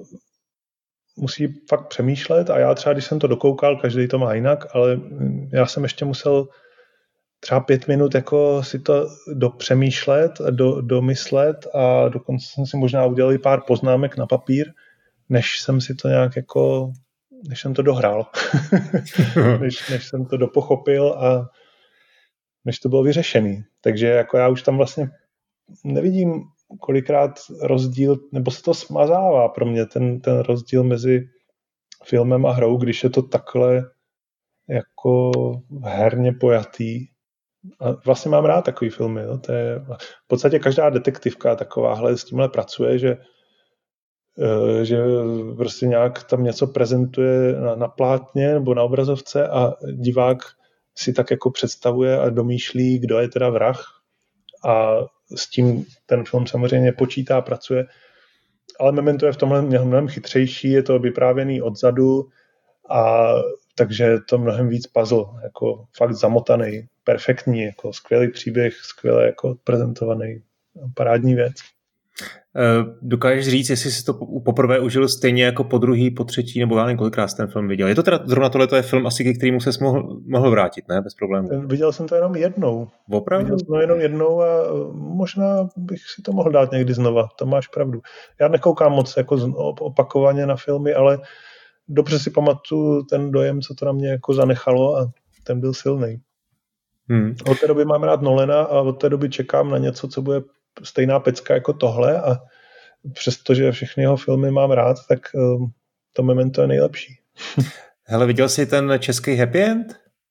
musí fakt přemýšlet a já třeba, když jsem to dokoukal, každý to má jinak, ale já jsem ještě musel třeba 5 minut jako si to dopřemýšlet, domyslet a dokonce jsem si možná udělal pár poznámek na papír, než jsem si to nějak jako, než jsem to dohrál. než jsem to dopochopil a než to bylo vyřešený. Takže jako já už tam vlastně nevidím kolikrát rozdíl, nebo se to smazává pro mě, ten rozdíl mezi filmem a hrou, když je to takhle jako herně pojatý. A vlastně mám rád takový filmy. Jo. To je, v podstatě každá detektivka takováhle s tímhle pracuje, že prostě nějak tam něco prezentuje na plátně nebo na obrazovce a divák si tak jako představuje a domýšlí, kdo je teda vrah. A s tím ten film samozřejmě počítá, pracuje. Ale Memento je v tomhle mnohem chytřejší, je to vyprávěný odzadu a takže je to mnohem víc puzzle, jako fakt zamotaný, perfektní, jako skvělý příběh, skvěle jako prezentovaný, parádní věc. Dokážeš říct, jestli jsi to poprvé užil stejně jako po druhý, po třetí, nebo já nevím, kolikrát ten film viděl. Je to teda zrovna tohle je film asi, ke kterému ses mohl vrátit, ne? Bez problémů. Viděl jsem to jenom jednou. Opravdu? Viděl jsem to jenom jednou a možná bych si to mohl dát někdy znova, to máš pravdu. Já nekoukám moc jako opakovaně na filmy, ale dobře si pamatuju ten dojem, co to na mě jako zanechalo a ten byl silný. Od té doby mám rád Nolana a od té doby čekám na něco, co bude stejná pecka jako tohle a přestože všechny jeho filmy mám rád, tak to Memento je nejlepší. Hele, viděl jsi ten český Happy End?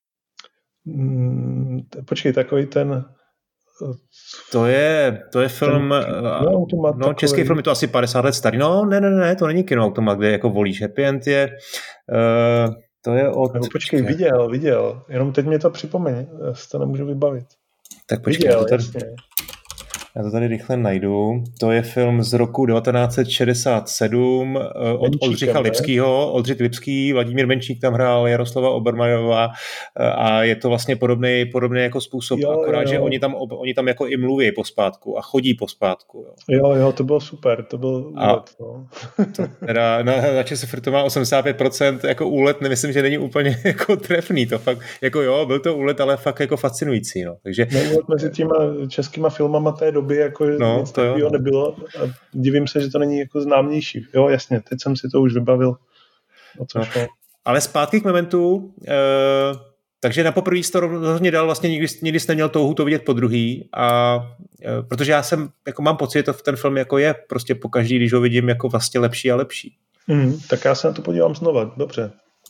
Počkej, takový ten... To je film... Automat, český film je to asi 50 let starý. No, ne, to není Kinoautomat, kde jako volíš. Happy End je... to je od... Nebo počkej, viděl. Jenom teď mě to připomeň, já si to nemůžu vybavit. Tak počkej, já to tady rychle najdu. To je film z roku 1967 od Oldřicha Lipskýho. Oldřich Lipský, Vladimír Menčík tam hrál, Jaroslava Obermajerová a je to vlastně podobný jako způsob, akorát, že oni tam jako i mluví pospátku a chodí pospátku. Jo, to bylo super, to byl úlet. No. Teda na ČSFR to má 85% jako úlet, nemyslím, že není úplně jako trefný. To fakt, jako jo, byl to úlet, ale fakt jako fascinující. No. Takže... Úlet mezi těma českýma filmama té doby jako nic takového nebylo a divím se, že to není jako známější. Jo, jasně, teď jsem si to už vybavil. Ale zpátky k Mementu, takže na poprvé jsi to rozhodně dal, vlastně nikdy jsi neměl touhu to vidět po druhý, a protože já jako mám pocit, že ten film jako je prostě pokaždý, když ho vidím, jako vlastně lepší a lepší. Tak já se na to podívám znova, dobře.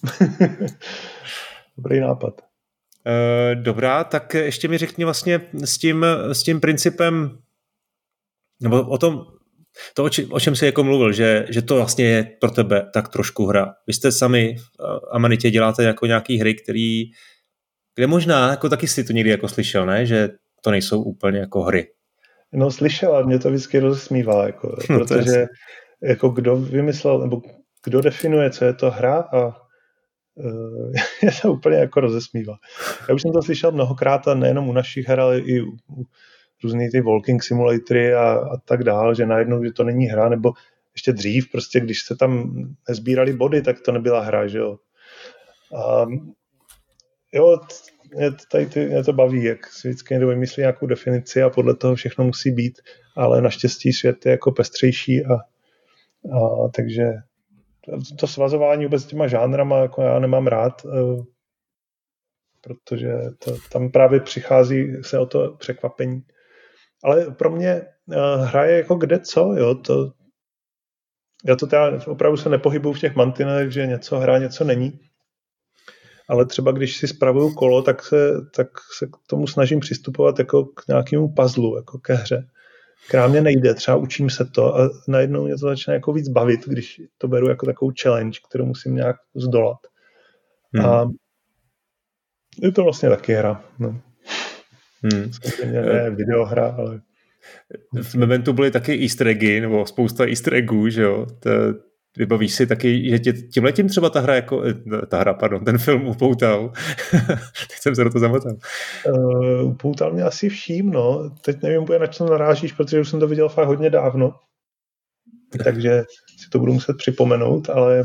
Dobrý nápad. Dobrá, tak ještě mi řekni vlastně s tím principem, nebo o tom, To, o čem jsi jako mluvil, že to vlastně je pro tebe tak trošku hra. Vy jste sami v Amanitě děláte jako nějaký hry, kde možná, jako taky si to někdy jako slyšel, ne? Že to nejsou úplně jako hry. No slyšel, a mě to vždycky rozesmívá, jako, protože jako kdo vymyslel, nebo kdo definuje, co je to hra a je to úplně jako rozesmívá. Já už jsem to slyšel mnohokrát a nejenom u našich her, ale i u různých ty walking simulatory a tak dál, že najednou, že to není hra, nebo ještě dřív, prostě když se tam nezbírali body, tak to nebyla hra, že jo. A jo, mě to baví, jak si vždycky někdo vymyslí nějakou definici a podle toho všechno musí být, ale naštěstí svět je jako pestřejší a takže to svazování vůbec s těma žánrama jako já nemám rád, protože tam právě přichází se o to překvapení. Ale pro mě hra je jako kde co, jo, já to teda opravdu se nepohybuju v těch mantinelech, že něco hra, něco není. Ale třeba když si spravuju kolo, tak se k tomu snažím přistupovat jako k nějakému puzzlu, jako ke hře. Která mě nejde, třeba učím se to a najednou mě to začne jako víc bavit, když to beru jako takovou challenge, kterou musím nějak zdolat. A je to vlastně taky hra. No. Samozřejmě ne videohra, ale... V Mementu byly taky easter eggy, nebo spousta easter eggů, že jo? Vybavíš si taky, že tímhletím třeba ten film upoutal. Teď jsem se do toho zamotal. Upoutal mě asi vším, no. Teď nevím úplně, na co narážíš, protože už jsem to viděl fakt hodně dávno. Takže si to budu muset připomenout, ale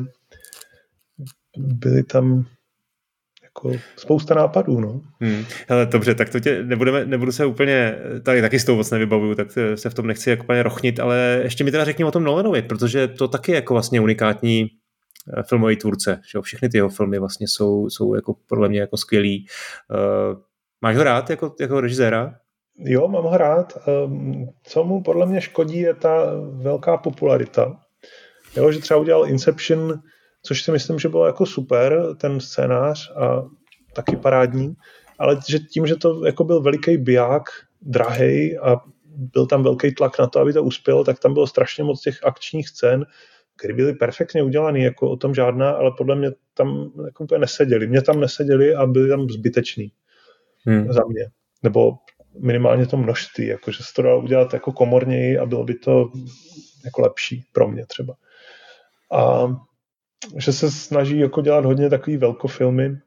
byly tam jako spousta nápadů, no. Hele, dobře, tak to nebudu se úplně, tady taky s tou moc nevybavuju, tak se v tom nechci jako úplně rochnit, ale ještě mi teda řekni o tom Nolanovi, protože to taky je jako vlastně unikátní filmový tvůrce, že všechny ty jeho filmy vlastně jsou jako podle mě jako skvělý. Máš ho rád jako režiséra? Jo, mám ho rád. Co mu podle mě škodí, je ta velká popularita. Jo, že třeba udělal Inception, což si myslím, že bylo jako super, ten scénář a taky parádní, ale že tím, že to jako byl veliký biják, drahej a byl tam velký tlak na to, aby to uspělo, tak tam bylo strašně moc těch akčních scén, které byly perfektně udělané, jako o tom žádná, ale podle mě tam jako úplně neseděli. Mě tam neseděli a byli tam zbyteční za mě. Nebo minimálně to množství, jako že se to dalo udělat jako komorněji a bylo by to jako lepší pro mě třeba. A že se snaží jako dělat hodně takový velkofilmy,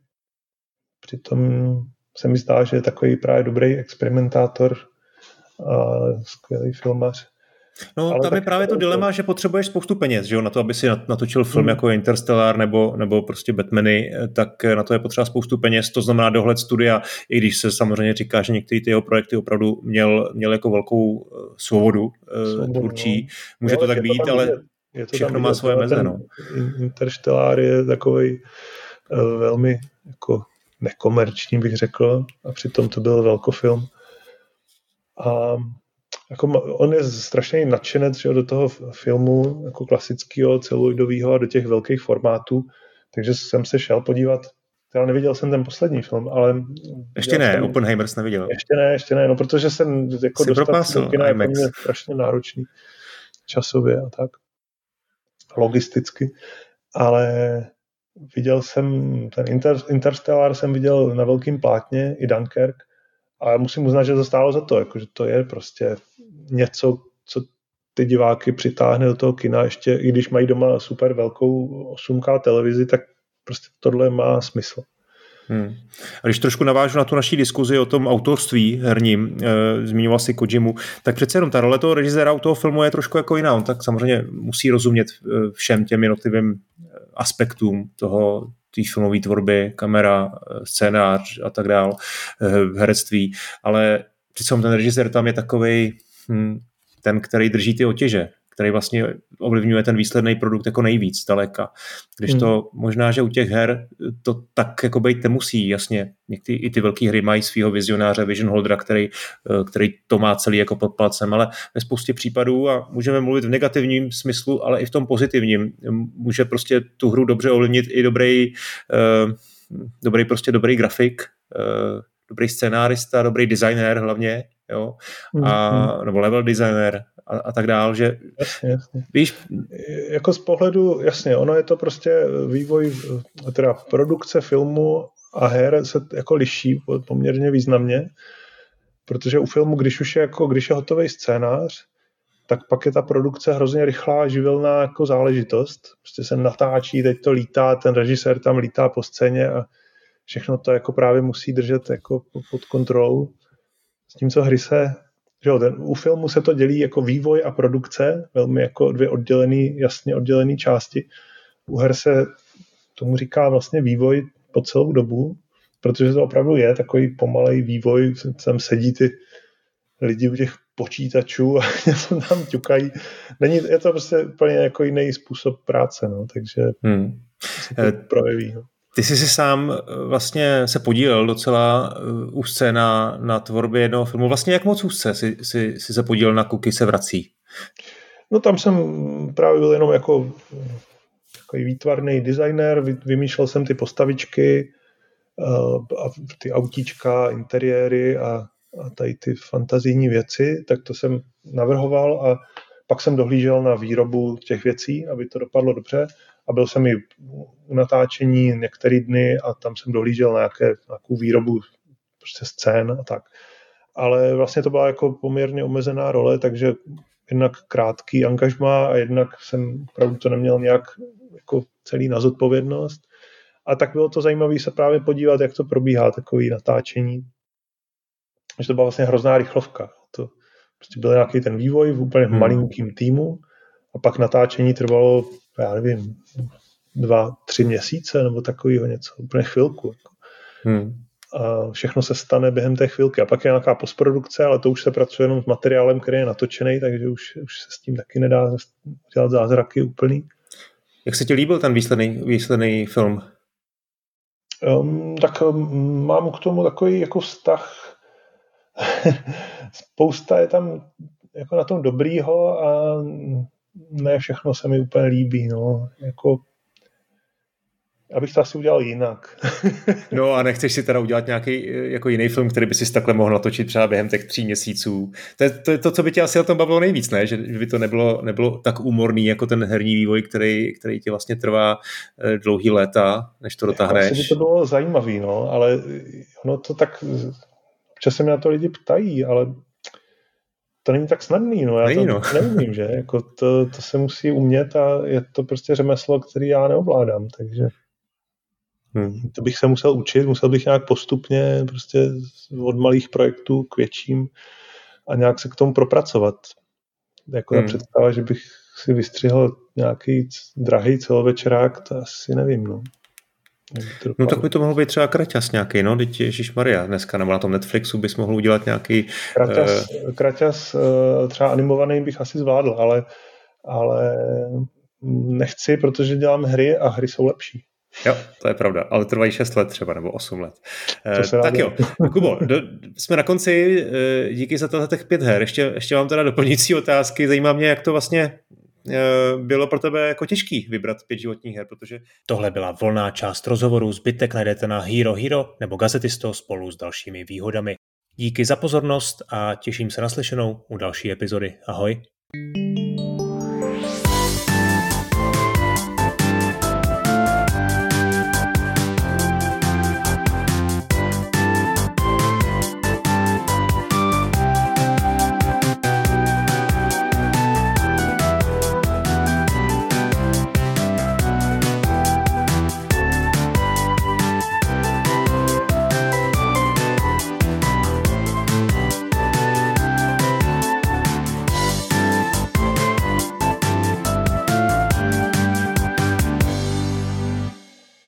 přitom se mi zdá, že je takový právě dobrý experimentátor a skvělý filmař. No, ale tam je právě to dilema, že potřebuješ spoustu peněz, že jo, na to, aby si natočil film jako Interstellar nebo prostě Batmany, tak na to je potřeba spoustu peněz, to znamená dohled studia, i když se samozřejmě říká, že některé ty jeho projekty opravdu měl jako velkou svobodu tvůrčí. Může to tak být, ale všechno má svoje meze. No. Interstellar je takovej velmi jako nekomerční, bych řekl, a přitom to byl velkofilm. A jako on je strašně nadšenec, že do toho filmu jako klasického, celuloidového a do těch velkých formátů, takže jsem se šel podívat. Já neviděl jsem ten poslední film, ale... Ještě ne, Oppenheimer jsi neviděl. Ještě ne, no protože jsem jako dostat do kina je strašně náročný časově a tak. Logisticky. Ale viděl jsem ten Interstellar jsem viděl na velkým plátně, i Dunkirk, a musím uznat, že to stálo za to, jakože to je prostě něco, co ty diváky přitáhne do toho kina, ještě i když mají doma super velkou 8K televizi, tak prostě tohle má smysl. A když trošku navážu na tu naší diskuzi o tom autorství herním, zmiňoval si Kojimu, tak přece jenom ta role toho režiséra u toho filmu je trošku jako jiná. On tak samozřejmě musí rozumět všem těm jednotlivým aspektům té filmové tvorby, kamera, scénář a tak dál, herectví, ale přece ten režisér tam je takovej ten, který drží ty otěže, který vlastně ovlivňuje ten výsledný produkt jako nejvíc daleka. Když to možná, že u těch her to tak jako být nemusí, jasně. Někdy i ty velké hry mají svého vizionáře, vision holdera, který to má celý jako pod palcem, ale ve spoustě případů, a můžeme mluvit v negativním smyslu, ale i v tom pozitivním, může prostě tu hru dobře ovlivnit i dobrý grafik, dobrý scénárista, dobrý designér hlavně, jo, nebo level designer a tak dál, že jasně. víš... Jako z pohledu, jasně, ono je to prostě vývoj, teda produkce filmu a her se jako liší poměrně významně, protože u filmu, když je hotový scénář, tak pak je ta produkce hrozně rychlá, živelná jako záležitost. Prostě se natáčí, teď to lítá, ten režisér tam lítá po scéně a všechno to jako právě musí držet jako pod kontrolou. S tím, co hry u filmu se to dělí jako vývoj a produkce, velmi jako dvě jasně oddělené části. U her se tomu říká vlastně vývoj po celou dobu, protože to opravdu je takový pomalej vývoj, tam sedí ty lidi u těch počítačů a něco tam ťukají. Je to prostě úplně jako jiný způsob práce, no, takže se to projeví. No. Ty jsi si sám vlastně se podílel docela úzce na tvorbě jednoho filmu. Vlastně jak moc úzce si se podílel na Kuky se vrací? No tam jsem právě byl jenom jako takový výtvarný designer, vymýšlel jsem ty postavičky a ty autíčka, interiéry a tady ty fantazijní věci, tak to jsem navrhoval a pak jsem dohlížel na výrobu těch věcí, aby to dopadlo dobře a byl jsem i u natáčení některé dny a tam jsem dohlížel na nějakou výrobu prostě scén a tak. Ale vlastně to byla jako poměrně omezená role, takže jednak krátký angažmá a jednak jsem opravdu to neměl nějak jako celý na zodpovědnost. A tak bylo to zajímavé se právě podívat, jak to probíhá, takový natáčení. Že to byla vlastně hrozná rychlovka. To prostě byl nějaký ten vývoj v úplně malinkým týmu a pak natáčení trvalo, já nevím, 2-3 měsíce nebo takového něco, úplně chvilku. A všechno se stane během té chvilky. A pak je nějaká postprodukce, ale to už se pracuje jenom s materiálem, který je natočený, takže už se s tím taky nedá dělat zázraky úplný. Jak se ti líbil ten výsledný film? Tak mám k tomu takový jako vztah. Spousta je tam jako na tom dobrýho a ne všechno se mi úplně líbí. No. Jako, abych to asi udělal jinak. No a nechceš si teda udělat nějaký jako jiný film, který by si takhle mohl natočit třeba během těch 3 měsíců. To je to, co by tě asi na tom bavilo nejvíc, ne? Že by to nebylo tak úmorný jako ten herní vývoj, který ti vlastně trvá dlouhý léta, než to dotáhneš. Asi by to bylo zajímavý, no, ale ono to tak... Občas se mě na to lidi ptají, ale to není tak snadný, no, já to neumím, že? Jako to se musí umět a je to prostě řemeslo, který já neovládám, takže to bych se musel učit, musel bych nějak postupně prostě od malých projektů k větším a nějak se k tomu propracovat. Jako ta představa, že bych si vystřihl nějaký drahý celovečerák, to asi nevím, no. No tak by to mohlo být třeba Kraťas nějaký, no, teď ježišmarja, dneska nebo na tom Netflixu bys mohl udělat nějaký... Kraťas třeba animovaný bych asi zvládl, ale nechci, protože dělám hry a hry jsou lepší. Jo, to je pravda, ale trvají 6 let třeba, nebo 8 let. Tak jo, Kubo, jsme na konci, díky za těch 5 her. Ještě mám teda doplňující otázky, zajímá mě, jak to vlastně bylo pro tebe jako těžký vybrat 5 životních her, protože... Tohle byla volná část rozhovoru, zbytek najdete na Hero Hero nebo Gazetisto spolu s dalšími výhodami. Díky za pozornost a těším se na slyšenou u další epizody. Ahoj.